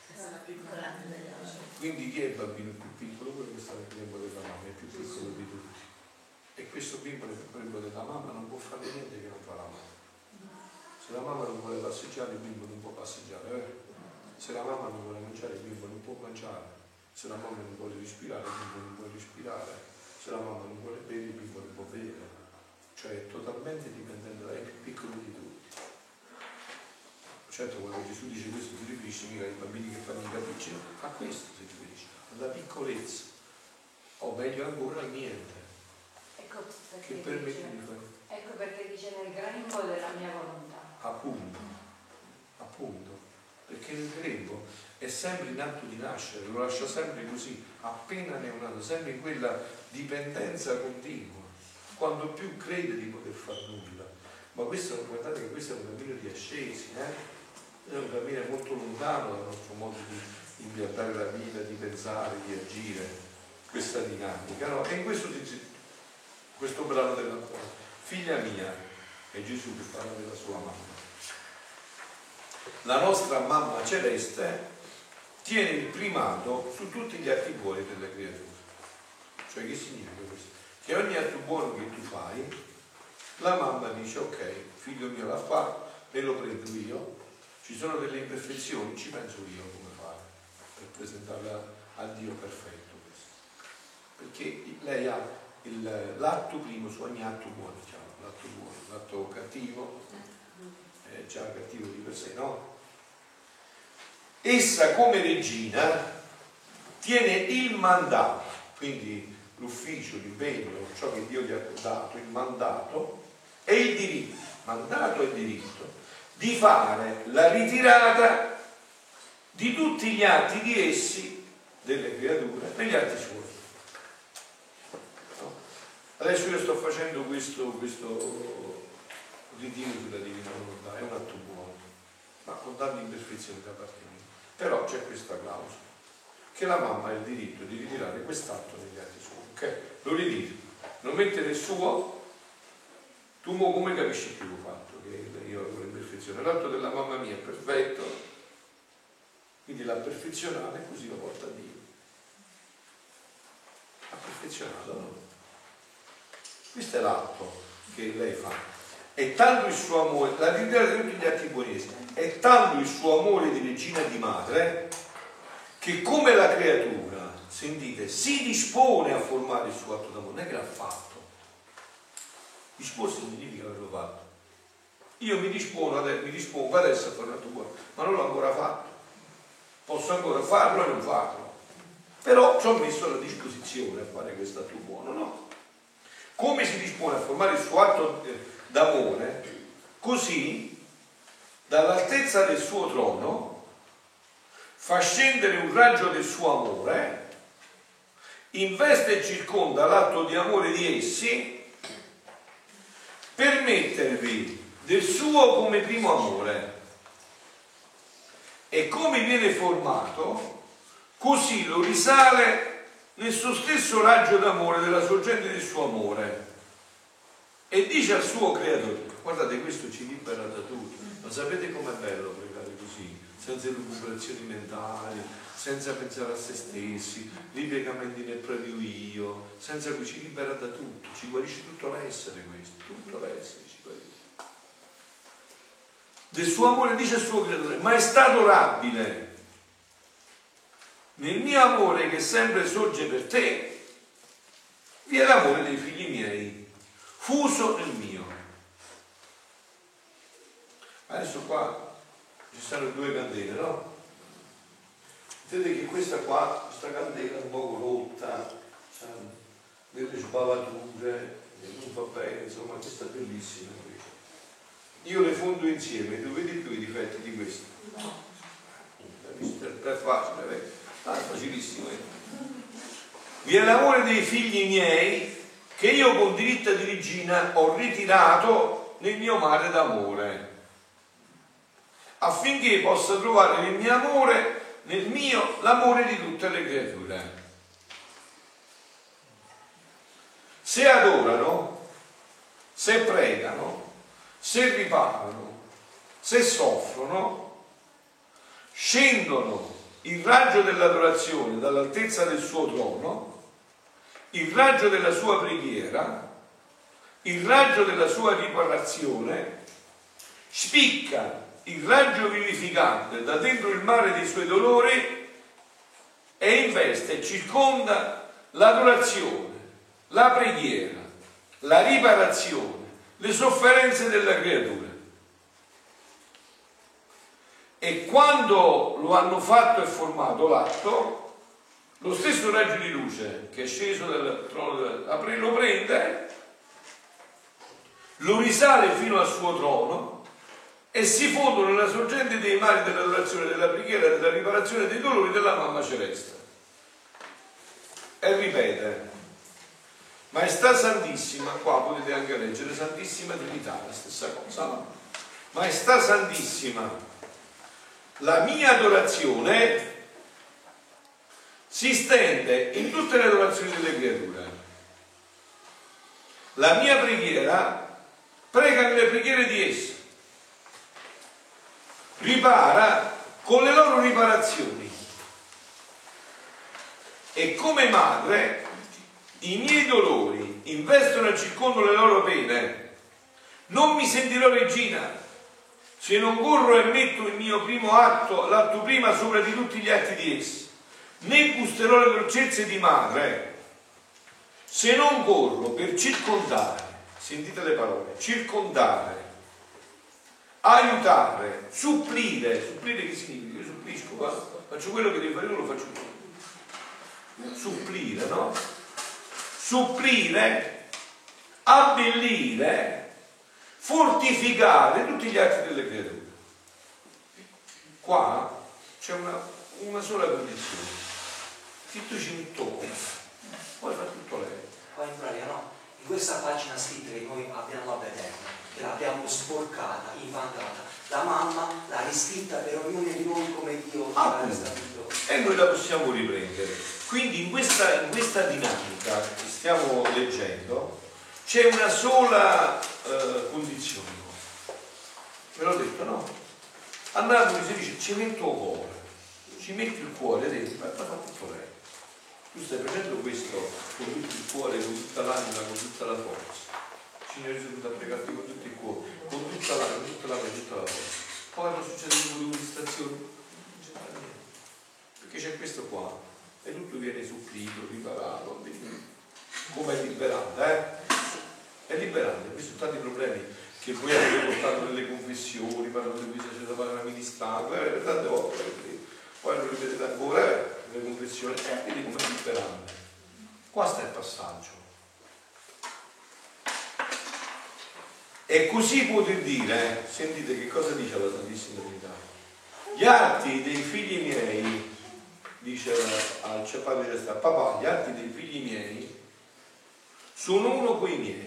Quindi chi è il bambino più piccolo? Quello che sta nel grembo della mamma, è il più piccolo di tutti. E questo piccolo nel grembo della mamma non può fare niente che non fa la mamma. Se la mamma non vuole passeggiare, il bimbo non può passeggiare. Se la mamma non vuole mangiare, il bimbo non può mangiare. Se la mamma non vuole respirare, il bimbo non può respirare. Se la mamma non vuole bere, il bimbo non può bere. Cioè è totalmente dipendente dai più piccoli di tutti. Certo, quando Gesù dice questo si riferisce mica ai bambini che fanno i capricci, no? A questo si riferisce, alla piccolezza, o meglio ancora al niente, Ecco che permette di fare. ecco perché dice nel grembo della mia volontà. Appunto, perché il grembo è sempre in atto di nascere, lo lascia sempre così, appena neonato, sempre in quella dipendenza continua, quando più crede di poter far nulla. Ma questo, guardate che questo è un cammino di ascesi, è un cammino molto lontano dal nostro modo di impiantare la vita, di pensare, di agire, questa dinamica, no? E in questo brano della cuore, figlia mia, è Gesù che parla della sua mamma. La nostra mamma celeste tiene il primato su tutti gli atti buoni delle creature. Cioè che significa questo? Che ogni atto buono che tu fai, la mamma dice ok, figlio mio la fa, e lo prendo io, ci sono delle imperfezioni, ci penso io come fare per presentarla a Dio perfetto questo. Perché lei ha l'atto primo su ogni atto buono, diciamo, l'atto buono, l'atto cattivo è già cattivo di per sé, no? Essa come regina tiene il mandato, quindi l'ufficio, l'impegno, ciò che Dio gli ha dato, il mandato e il diritto, mandato e diritto, di fare la ritirata di tutti gli atti di essi, delle creature, negli atti suoi. No? Adesso io sto facendo questo ritiro sulla divina volontà, è un atto buono, ma con tante imperfezioni da parte mia. Però c'è questa clausola, che la mamma ha il diritto di ritirare quest'atto negli atti suoi, ok? Lo ritiri, lo mette nel suo, tu mo come capisci che l'ho fatto? Che io avevo l'imperfezione, l'atto della mamma mia è perfetto, quindi l'ha perfezionato e così lo porta a Dio. Ha perfezionato, no? Questo è l'atto che lei fa. È tanto il suo amore, la ritirata di tutti gli atti buonesi, è tanto il suo amore di regina e di madre, che come la creatura, sentite, si dispone a formare il suo atto d'amore, non è che l'ha fatto. Disporsi significa averlo fatto. Io mi dispongo adesso a fare un atto buono, ma non l'ho ancora fatto. Posso ancora farlo e non farlo. Però ci ho messo a disposizione a fare questo atto buono, no? Come si dispone a formare il suo atto d'amore, così dall'altezza del suo trono fa scendere un raggio del suo amore, investe e circonda l'atto di amore di essi per mettervi del suo come primo amore, e come viene formato così lo risale nel suo stesso raggio d'amore della sorgente del suo amore e dice al suo creatore, guardate, questo ci libera da tutto. Ma sapete com'è bello pregare così, senza recuperazioni mentali, senza pensare a se stessi, ripiegamenti nel proprio io, senza cui ci libera da tutto, ci guarisce tutto l'essere questo, tutto l'essere ci guarisce. Del suo amore dice il suo creatore, maestà adorabile, nel mio amore che sempre sorge per te, vi è l'amore dei figli miei, fuso nel mio. Adesso qua ci stanno due candele, no? Vedete che questa qua, questa candela è un po' rotta, c'ha delle sbavature, non va bene, insomma, questa è bellissima questa. Io le fondo insieme, dovete più i difetti di questa? È facile, è facilissimo. Vi è l'amore dei figli miei che io con diritto di regina ho ritirato nel mio mare d'amore, affinché possa trovare nel mio amore, nel mio, l'amore di tutte le creature. Se adorano, se pregano, se riparano, se soffrono, scendono il raggio dell'adorazione dall'altezza del suo trono, il raggio della sua preghiera, il raggio della sua riparazione, spicca il raggio vivificante da dentro il mare dei suoi dolori e investe e circonda l'adorazione, la preghiera, la riparazione, le sofferenze della creatura. E quando lo hanno fatto e formato l'atto, lo stesso raggio di luce che è sceso dal trono lo prende, lo risale fino al suo trono e si fondono nella sorgente dei mari dell'adorazione, della preghiera, della riparazione dei dolori della mamma celeste. E ripete, Maestà Santissima, qua potete anche leggere Santissima Trinità, la stessa cosa, no? Maestà Santissima, la mia adorazione si stende in tutte le adorazioni delle creature. La mia preghiera prega nelle preghiere di esse, ripara con le loro riparazioni, e come madre i miei dolori investono e circondano le loro pene. Non mi sentirò regina se non corro e metto il mio primo atto, l'atto prima sopra di tutti gli atti di essi, né gusterò le dolcezze di madre se non corro per circondare, sentite le parole, circondare, aiutare, supplire che significa? Io supplisco, faccio quello che devi fare, io lo faccio io. Supplire, no? Supplire, abbellire, fortificare tutti gli atti delle creature. Qua c'è una sola condizione, che tu ci metti poi fa tutto lei. Qua in pratica no, in questa pagina scritta che noi abbiamo la Beterna, che l'abbiamo sporcata, invantata, la mamma l'ha riscritta per ognuno di noi come Dio ha stabilito. E noi la possiamo riprendere. Quindi in questa dinamica che stiamo leggendo c'è una sola condizione. Ve l'ho detto, no? A Napoli si dice ci metto il cuore, ci metti il cuore dentro, ma fa tutto lei. Tu stai facendo questo con tutto il cuore, con tutta l'anima, con tutta la forza. Signore Gesù, da pregarti con tutto il cuore, con tutta l'anima, con tutta l'anima, con tutta la forza. Poi non succede un po' di distrazione, non c'è niente. Perché c'è questo qua, e tutto viene supplito, riparato, come è liberante, È liberante, questi sono tanti problemi che voi avete portato nelle confessioni, parlando di cui c'è da fare una ministrata, tante volte, poi lo ripetete ancora nelle confessioni, vedi come è liberante. Qua sta il passaggio. E così poter dire, sentite che cosa dice la Santissima Trinità. Gli atti dei figli miei, dice al Padre Celeste, papà, gli atti dei figli miei sono uno coi miei.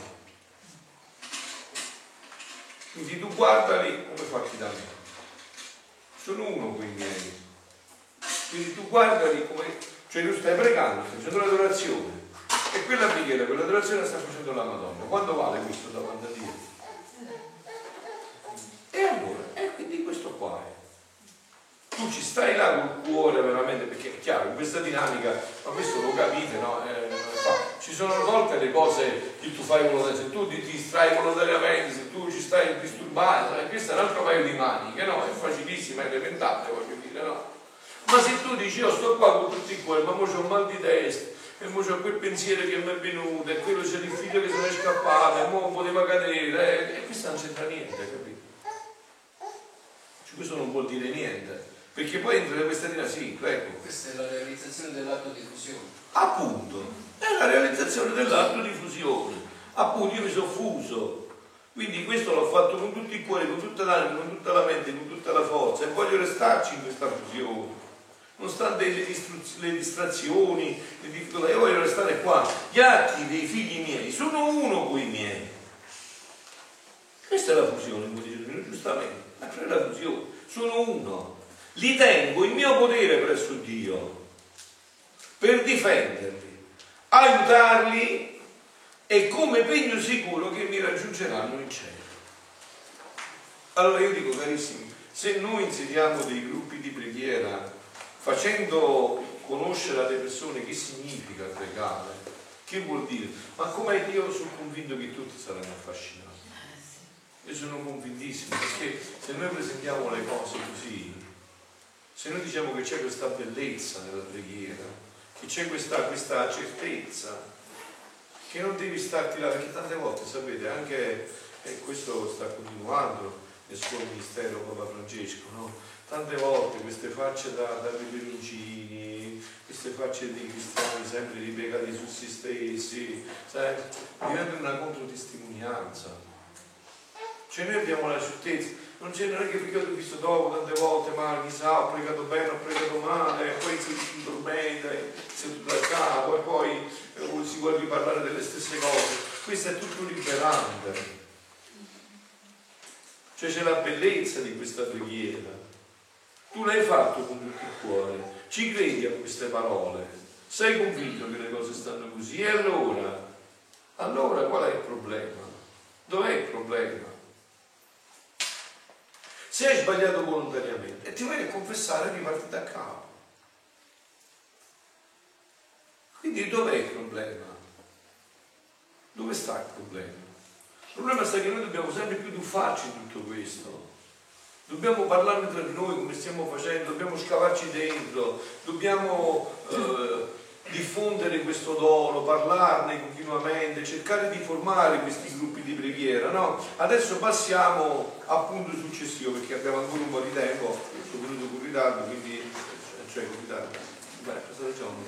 Quindi tu guardali come fatti da me. Sono uno coi miei. Quindi tu guardali come, cioè tu stai pregando, stai facendo l'adorazione. E quella preghiera, quell'adorazione la sta facendo la Madonna. Quanto vale questo davanti a Dio? E allora, quindi questo qua è. tu ci stai là col cuore veramente, perché è chiaro, in questa dinamica, ma questo lo capite, no? Ci sono volte le cose che tu fai volontariamente, se tu ti distrai volontariamente, se tu ci stai disturbato, questo è un altro paio di maniche, no? È facilissimo, è elementare, voglio dire, no? Ma se tu dici io sto qua con tutti i cuori, ma ora c'ho un mal di testa, e ora c'ho quel pensiero che mi è venuto, e quello c'è il figlio che se ne è scappato, e ora poteva cadere, e questo non c'entra niente, capito? Cioè, questo non vuol dire niente. Perché poi entra questa dinamica, sì, prego. Questa è la realizzazione dell'atto di fusione. Appunto, è la realizzazione dell'atto di fusione. Appunto, io mi sono fuso. Quindi questo l'ho fatto con tutti i cuori, con tutta l'anima, con tutta la mente, con tutta la forza. E voglio restarci in questa fusione. Nonostante le distrazioni, le difficoltà, io voglio restare qua. Gli atti dei figli miei sono uno con i miei. Questa è la fusione, come dice giustamente. Ma è la fusione. Sono uno. Li tengo in mio potere presso Dio per difenderli, aiutarli e come pegno sicuro che mi raggiungeranno in cielo. Allora io dico, carissimi, se noi inseriamo dei gruppi di preghiera facendo conoscere alle persone che significa pregare, che vuol dire, ma come io sono convinto che tutti saranno affascinati. Io sono convintissimo, perché se noi presentiamo le cose così, se noi diciamo che c'è questa bellezza nella preghiera, che c'è questa certezza, che non devi starti là, perché tante volte sapete anche, e questo sta continuando nel suo ministero Papa Francesco, no? Tante volte queste facce da peperoncini, queste facce di cristiani sempre ripiegati su se stessi, sai, diventano una controtestimonianza. Cioè noi abbiamo la certezza, non è che perché ho visto dopo tante volte, ma chissà, ho pregato bene, ho pregato male, e poi si addormenta, si è tutto da capo, e poi si vuole riparlare delle stesse cose. Questo è tutto liberante. Cioè c'è la bellezza di questa preghiera. Tu l'hai fatto con tutto il cuore, ci credi a queste parole, sei convinto che le cose stanno così, e allora qual è il problema? Dov'è il problema? Se hai sbagliato volontariamente e ti vai a confessare, riparti da capo. Quindi dov'è il problema? Dove sta il problema? Il problema sta che noi dobbiamo sempre più tuffarci in tutto questo. Dobbiamo parlarne tra di noi come stiamo facendo, dobbiamo scavarci dentro, dobbiamo diffondere questo dono, parlarne continuamente, cercare di formare questi gruppi di preghiera, no? Adesso passiamo al punto successivo, perché abbiamo ancora un po' di tempo, sono venuto con ritardo, quindi cioè con ritardo. Beh, cosa diciamo?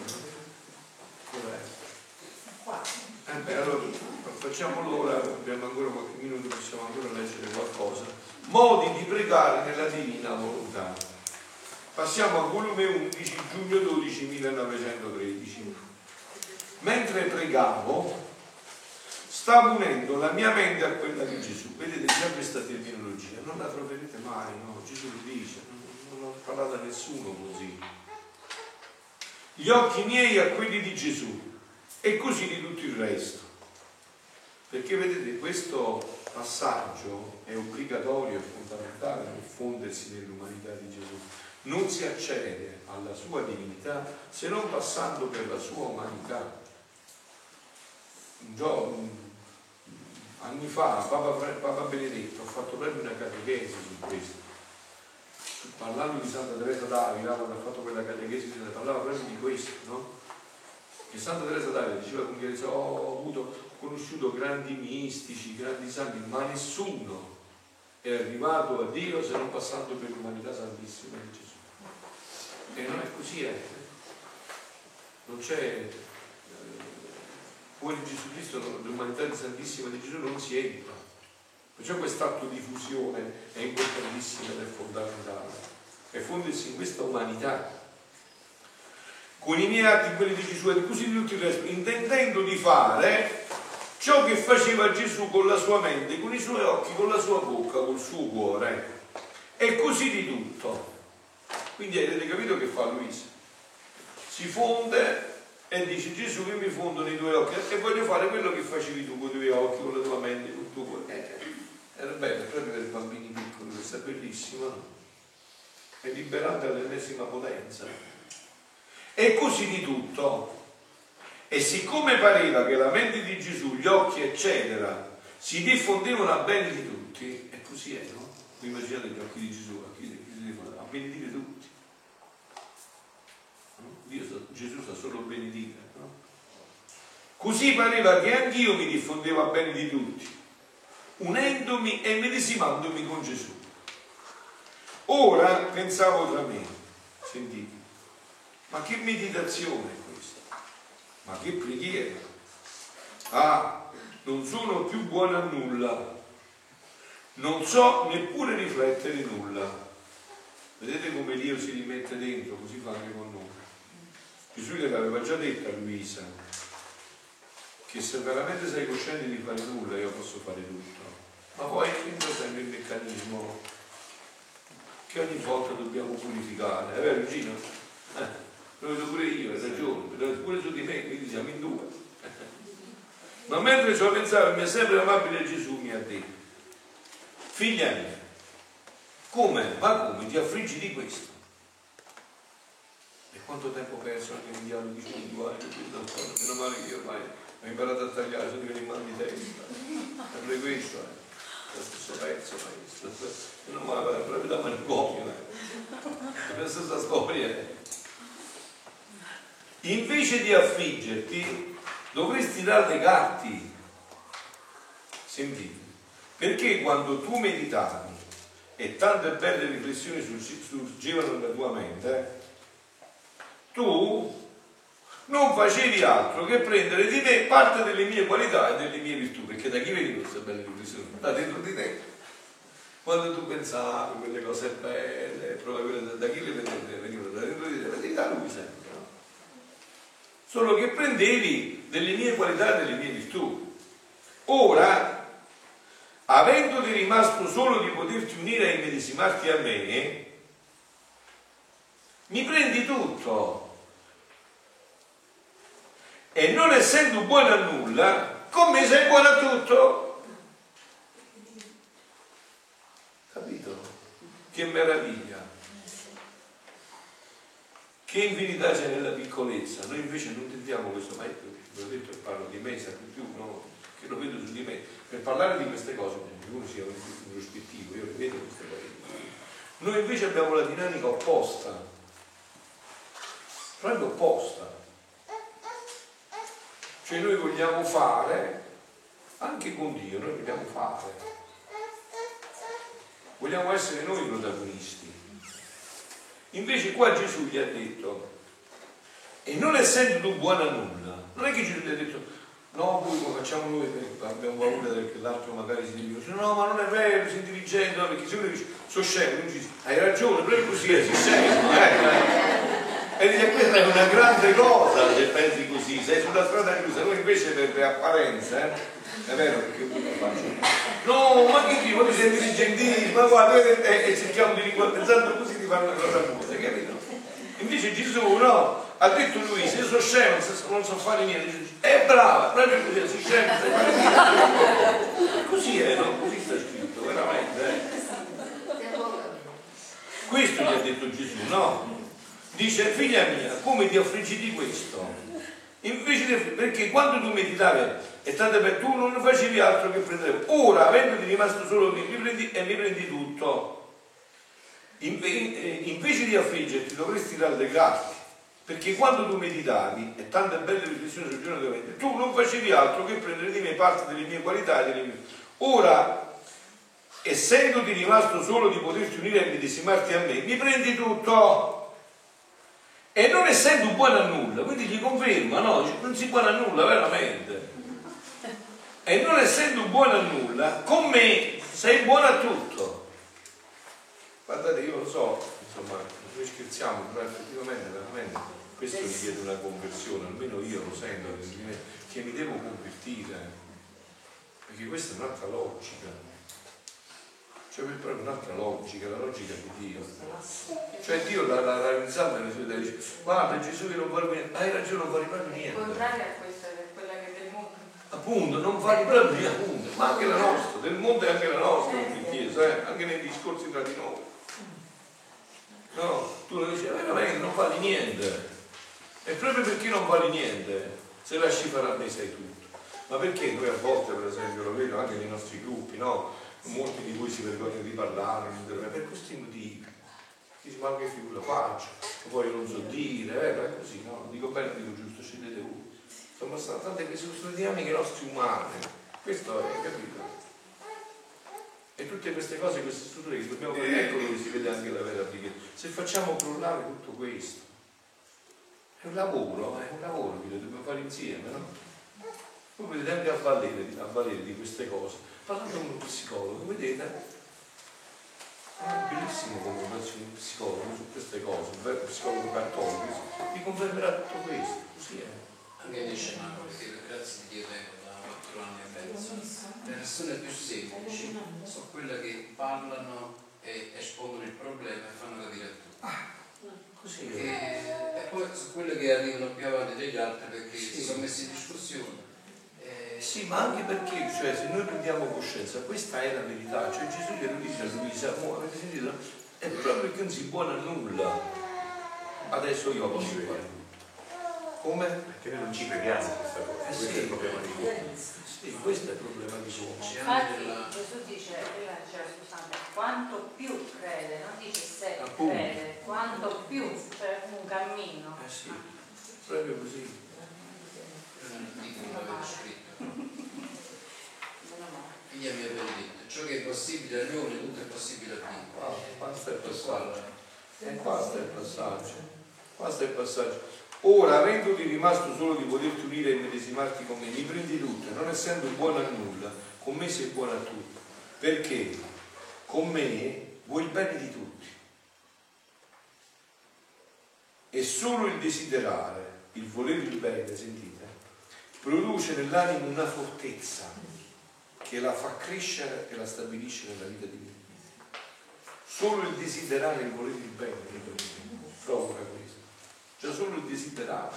Allora facciamo l'ora, abbiamo ancora qualche minuto, possiamo ancora leggere qualcosa. Modi di pregare nella divina volontà. Passiamo al volume 11, giugno 12, 1913. Mentre pregavo, stavo unendo la mia mente a quella di Gesù. Vedete già questa terminologia, non la troverete mai, no? Gesù lo dice, non ho parlato a nessuno così. Gli occhi miei a quelli di Gesù e così di tutto il resto. Perché vedete, questo passaggio è obbligatorio e fondamentale per fondersi nell'umanità di Gesù. Non si accede alla sua divinità se non passando per la sua umanità. Anni fa Papa Benedetto ha fatto proprio una catechesi su questo, parlando di Santa Teresa d'Avila, quando ha fatto quella catechesi parlava proprio di questo, no? Che Santa Teresa d'Avila diceva che ho conosciuto grandi mistici, grandi santi, ma nessuno è arrivato a Dio se non passando per l'umanità santissima di Gesù. E non è così, non c'è fuori Gesù Cristo, l'umanità santissima di Gesù non si entra. Perciò quest'atto di fusione è importantissimo ed è fondamentale, è fondersi in questa umanità con i miei atti, quelli di Gesù e così di tutto il resto, intendendo di fare ciò che faceva Gesù con la sua mente, con i suoi occhi, con la sua bocca, col suo cuore, e così di tutto. Quindi avete capito che fa Luisa? Si fonde e dice: Gesù, io mi fondo nei tuoi occhi e voglio fare quello che facevi tu con i tuoi occhi, con la tua mente, con il tuo cuore. Era bello, proprio per i bambini piccoli, questa è bellissima, no? è liberante all'ennesima potenza. E così di tutto. E siccome pareva che la mente di Gesù, gli occhi eccetera, si diffondevano a bene di tutti, e così è, no? Vi immaginate gli occhi di Gesù, a benedire tutti. Gesù sa solo benedire, no? Così pareva che anch'io mi diffondevo a bene di tutti, unendomi e medesimandomi con Gesù. Ora pensavo tra me, sentite, ma che meditazione è questa? Ma che preghiera? Ah, non sono più buono a nulla, non so neppure riflettere nulla. Vedete come Dio si rimette dentro, così fa anche con noi. Gesù le aveva già detto a Luisa che se veramente sei cosciente di fare nulla io posso fare tutto, ma poi entra sempre il meccanismo che ogni volta dobbiamo purificare, è vero Gino? Lo vedo pure io, hai ragione, pure su di me, quindi siamo in due. Ma mentre ci ho pensato, il mio sempre amabile Gesù mi ha detto: figlia mia, come? Ma come ti affliggi di questo? E quanto tempo ho perso anche nei dialoghi spirituali, meno male che io ormai ho imparato a tagliare, sono i mal di testa, sempre questo, lo stesso pezzo, meno male, proprio da manicomio, la stessa storia. Invece di affliggerti, dovresti rallegarti. Sentite, perché quando tu meditavi e tante belle riflessioni sorgevano nella tua mente, tu non facevi altro che prendere di te parte delle mie qualità e delle mie virtù, perché da chi vedi queste belle riflessioni? Da dentro di te. Quando tu pensavi quelle cose belle, da chi le venivano? Da dentro di te, vedi da lui sempre, no? Solo che prendevi delle mie qualità e delle mie virtù. Ora, avendoti rimasto solo di poterti unire e immedesimarti a me, mi prendi tutto. E non essendo buono a nulla, con me sei buono a tutto. Capito? Che meraviglia. Che infinità c'è nella piccolezza. Noi invece non tentiamo questo, ma io ve l'ho detto e parlo di me, sempre più, no? Che lo vedo su di me. Per parlare di queste cose, uno sia introspettivo, io le vedo queste cose. Noi invece abbiamo la dinamica opposta, proprio opposta. Cioè noi vogliamo fare, anche con Dio, noi vogliamo fare. Vogliamo essere noi i protagonisti. Invece qua Gesù gli ha detto, e non essendo tu buono a nulla, non è che Gesù gli ha detto, no, poi lo facciamo noi perché abbiamo paura che l'altro magari si dice, no, ma non è vero, sei intelligente, no, perché se uno dice, sono scemo, non dice, hai ragione, però è così, sei scemo, E dice, questa è una grande cosa se pensi così, sei sulla strada giusta. Noi invece per apparenza, è vero perché io lo faccio. No, ma che dico, ti sei intelligentissimo, ma guarda, e cerchiamo di pensando così di fare una cosa buona, capito? Invece Gesù no, ha detto lui, se sono scemo, non so fare niente, è brava, proprio così, sei scemo, sai fare niente. Così è, no? Così sta scritto, veramente. Questo gli ha detto Gesù, no? Dice, figlia mia, come ti affliggi di questo? Invece perché quando tu meditavi e tanto per tu non facevi altro che prendere. Ora, avendoti rimasto solo qui, mi prendi tutto. Invece di affliggerti dovresti rallegrarti, perché quando tu meditavi e tante belle riflessioni sul giorno di tu non facevi altro che prendere di me parte delle mie qualità e delle mie. Ora, essendoti rimasto solo di poterti unire e medesimarti a me, mi prendi tutto. E non essendo buono a nulla, quindi gli conferma, no, non si buono a nulla veramente. E non essendo buono a nulla, con me sei buono a tutto. Guardate, io lo so, insomma, noi scherziamo, però effettivamente veramente questo richiede una conversione, almeno io lo sento, che mi devo convertire, perché questa è un'altra logica. Cioè proprio un'altra logica, la logica di Dio. Cioè Dio la risalva nelle sue idee, dice, guarda Gesù che non vale niente, hai ragione, non vale proprio niente. Il contrario a questa è quella che è del mondo. Appunto, non vale proprio niente, appunto, ma anche la nostra, del mondo è anche la nostra, in chiesa, anche nei discorsi tra di noi. No, tu lo dici, veramente non vali niente. E proprio perché non vali niente, se lasci fare a me sei tutto. Ma perché noi a volte, per esempio, lo vedo anche nei nostri gruppi, no? Molti di voi si vergognano di parlare, per questi motivi. Dici, ma che figura faccio? Poi non so dire, è così, no? Dico bene, dico giusto, scegliete voi. Insomma, tante che sono dinamiche nostre umane. Questo è, capito? E tutte queste cose, queste strutture che dobbiamo fare, ecco dove si vede anche la vera richiesta. Se facciamo crollare tutto questo, è un lavoro che lo dobbiamo fare insieme, no? Voi vedete anche a valere di queste cose. Parlando con uno psicologo, vedete? È bellissimo come un psicologo su queste cose, un psicologo cattolico, vi confermerà tutto questo, così è. Anche dice Marco, perché grazie di Dio tengo da 4 anni e mezzo, le persone più semplici sono quelle che parlano e espongono il problema e fanno capire a tutti. Così E poi sono quelle che arrivano più avanti degli altri perché si sono messi in discussione. Sì, ma anche perché, cioè, se noi prendiamo coscienza, questa è la verità, cioè Gesù glielo dice a Luisa, avete sentito? È proprio che non si buona nulla. Adesso io lo so. Come? Perché noi non ci crediamo a questa cosa, questo è il problema di tutti. Sì, questo è il problema di tutti. Infatti Gesù dice, prima diceva scusate, quanto più crede, non dice se Appunto. crede, quanto più, cioè un cammino. Sì, proprio così. Ditemi l'avete scritto. Meno male. Figlia mia benedetta, ciò che è possibile agli uomini, tutto è possibile a Dio. Questo è il passaggio. Questo è il passaggio. Questo è il passaggio. Ora, avendoti rimasto solo di poterti unire e medesimarti con me, mi prendi tutto, non essendo buono a nulla, con me sei buono a tutto. Perché con me vuoi il bene di tutti. E solo il desiderare, il volere il bene, sentite, produce nell'anima una fortezza che la fa crescere e la stabilisce nella vita divina. Solo il desiderare, il volere il bene provoca questo. Cioè solo il desiderare.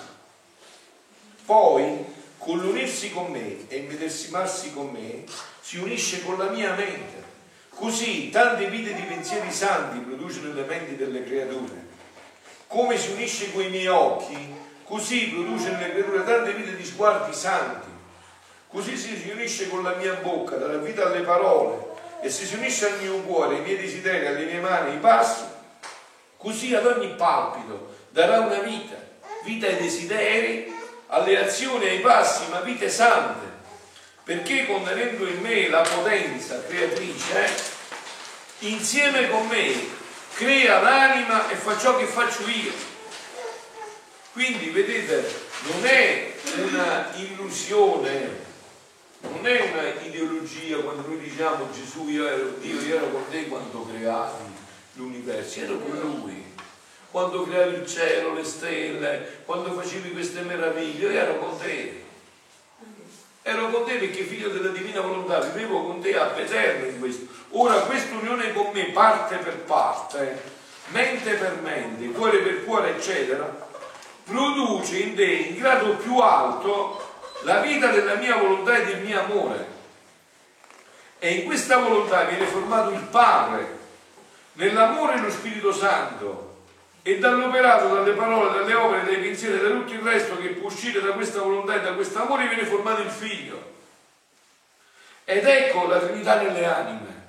Poi, con l'unirsi con me e medesimarsi con me, si unisce con la mia mente. Così tante vite di pensieri santi produce nelle menti delle creature. Come si unisce con i miei occhi, così produce nelle creature tante vite di sguardi santi. Così si unisce con la mia bocca, dalla vita alle parole, e se si unisce al mio cuore, ai miei desideri, alle mie mani, i passi, così ad ogni palpito darà una vita ai desideri, alle azioni, ai passi, ma vite sante, perché contenendo in me la potenza creatrice, insieme con me crea l'anima e fa ciò che faccio io. Quindi vedete, non è una illusione, non è una ideologia quando noi diciamo Gesù, io ero Dio, io ero con te quando creavi l'universo, ero con Lui. Quando creavi il cielo, le stelle, quando facevi queste meraviglie, io ero con te. Ero con te perché figlio della divina volontà, vivevo con te ab eterno in questo. Ora questa unione con me, parte per parte, mente per mente, cuore per cuore, eccetera, produce in te, in grado più alto, la vita della mia volontà e del mio amore. E in questa volontà viene formato il Padre, nell'amore lo Spirito Santo, e dall'operato, dalle parole, dalle opere, dai pensieri e da tutto il resto che può uscire da questa volontà e da questo amore viene formato il Figlio. Ed ecco la Trinità nelle anime.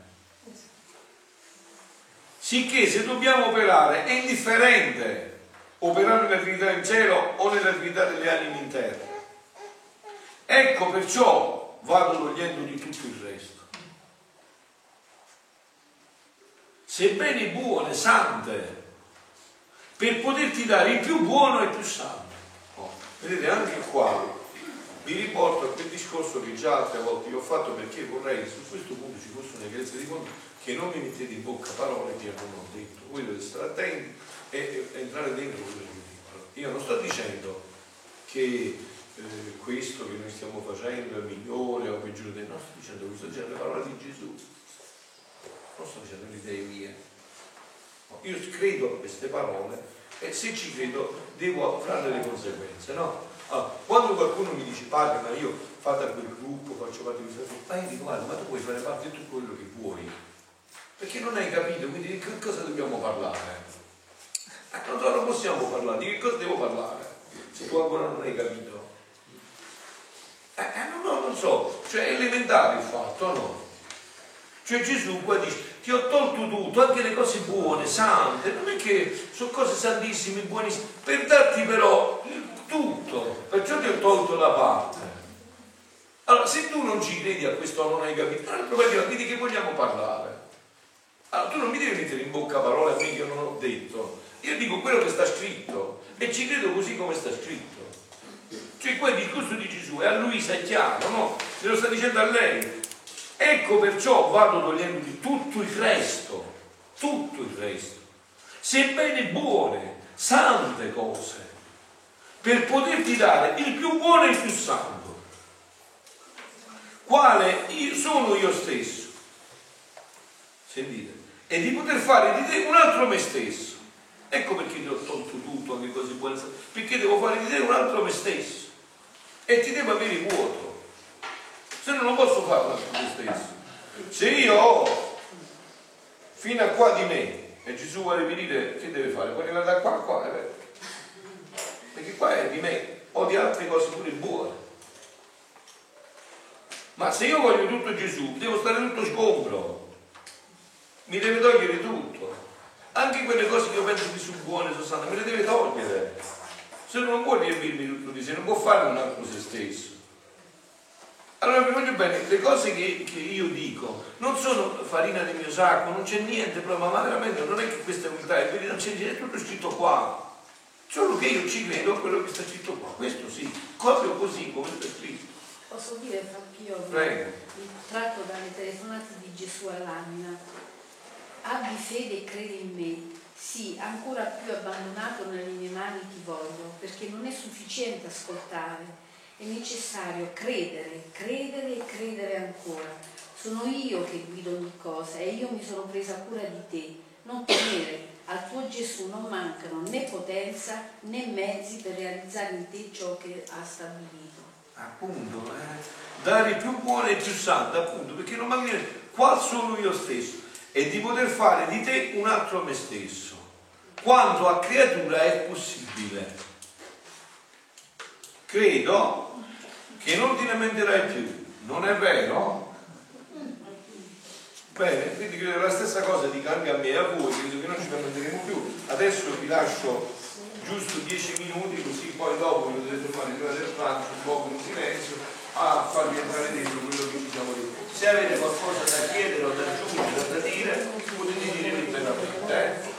Sicché se dobbiamo operare è indifferente operare nella Trinità in cielo o nella Trinità delle anime in terra. Ecco perciò vado togliendo di tutto il resto. Sebbene buone, sante, per poterti dare il più buono e il più santo. Vedete, anche qua vi riporto a quel discorso che già altre volte io ho fatto, perché vorrei su questo punto ci fosse una chiarezza di fondo, che non mi mettete in bocca parole che io non ho detto. Voi dovete stare attenti e entrare dentro quello che dico. Io non sto dicendo che questo che noi stiamo facendo è migliore o peggiore del nostro, sto dicendo che sto dicendo le parole di Gesù, non sto dicendo le idee mie. Io credo a queste parole e se ci credo devo trarre le conseguenze, no? Allora, quando qualcuno mi dice padre, ma io fate a quel gruppo, faccio parte di questo gruppo, io dico guarda, ma tu puoi fare parte di tutto quello che vuoi, perché non hai capito, quindi di che cosa dobbiamo parlare? Non possiamo parlare, di che cosa devo parlare? Se tu ancora non hai capito. Non so, cioè è elementare il fatto, no? Cioè Gesù qua dice, ti ho tolto tutto, anche le cose buone, sante, non è che sono cose santissime, buonissime, per darti però tutto, perciò ti ho tolto la parte. Allora, se tu non ci credi a questo, non hai capito, allora di che vogliamo parlare? Allora, tu non mi devi mettere in bocca parole a me che io non ho detto, io dico quello che sta scritto e ci credo così come sta scritto. Cioè qua il discorso di Gesù è a Luisa, è chiaro, no? Se lo sta dicendo a lei. Ecco perciò vado togliendo tutto il resto, sebbene buone, sante cose, per poterti dare il più buono e il più santo, quale sono io stesso. Sentite? E di poter fare di te un altro me stesso. Ecco perché ti ho tolto tutto, anche cose buone, perché devo fare di te un altro me stesso e ti devo avere vuoto. Se no non posso fare un altro me stesso. Se io ho fino a qua di me e Gesù vuole venire, che deve fare? Vuole arrivare da qua a qua, perché qua è di me, ho di altre cose pure buone. Ma se io voglio tutto Gesù, devo stare tutto sgombro, mi deve togliere tutto, anche quelle cose che io penso che sono buone, sono sante, me le deve togliere. Se non vuole riempirmi tutto di sé, non può fare un altro se stesso. Allora vi voglio bene, le cose che io dico non sono farina del mio sacco, non c'è niente proprio, ma veramente non è che questa è umiltà, è verità, è tutto scritto qua. Solo che io ci credo a quello che sta scritto qua, questo sì, proprio così come sta scritto. Posso dire anch'io tratto dalle telefonate di Gesù all'anima, abbi fede e credi in me, sì, ancora più abbandonato nelle mie mani ti voglio, perché non è sufficiente ascoltare, è necessario credere e credere ancora. Sono io che guido ogni cosa e io mi sono presa cura di te. Non temere, al tuo Gesù non mancano né potenza né mezzi per realizzare in te ciò che ha stabilito. Appunto, dare il più buono e il più santo, appunto, perché non manca qua sono io stesso e di poter fare di te un altro me stesso, quanto a creatura è possibile. Credo che non ti lamenterai più, non è vero? Bene, quindi credo che la stessa cosa dica anche a me e a voi, credo che non ci lamenteremo più. Adesso vi lascio giusto 10 minuti, così poi dopo vi potete fermare prima del pranzo, un po' in silenzio, a farvi entrare dentro quello che ci siamo detti. Se avete qualcosa da chiedere o da aggiungere o da dire, potete dire liberamente.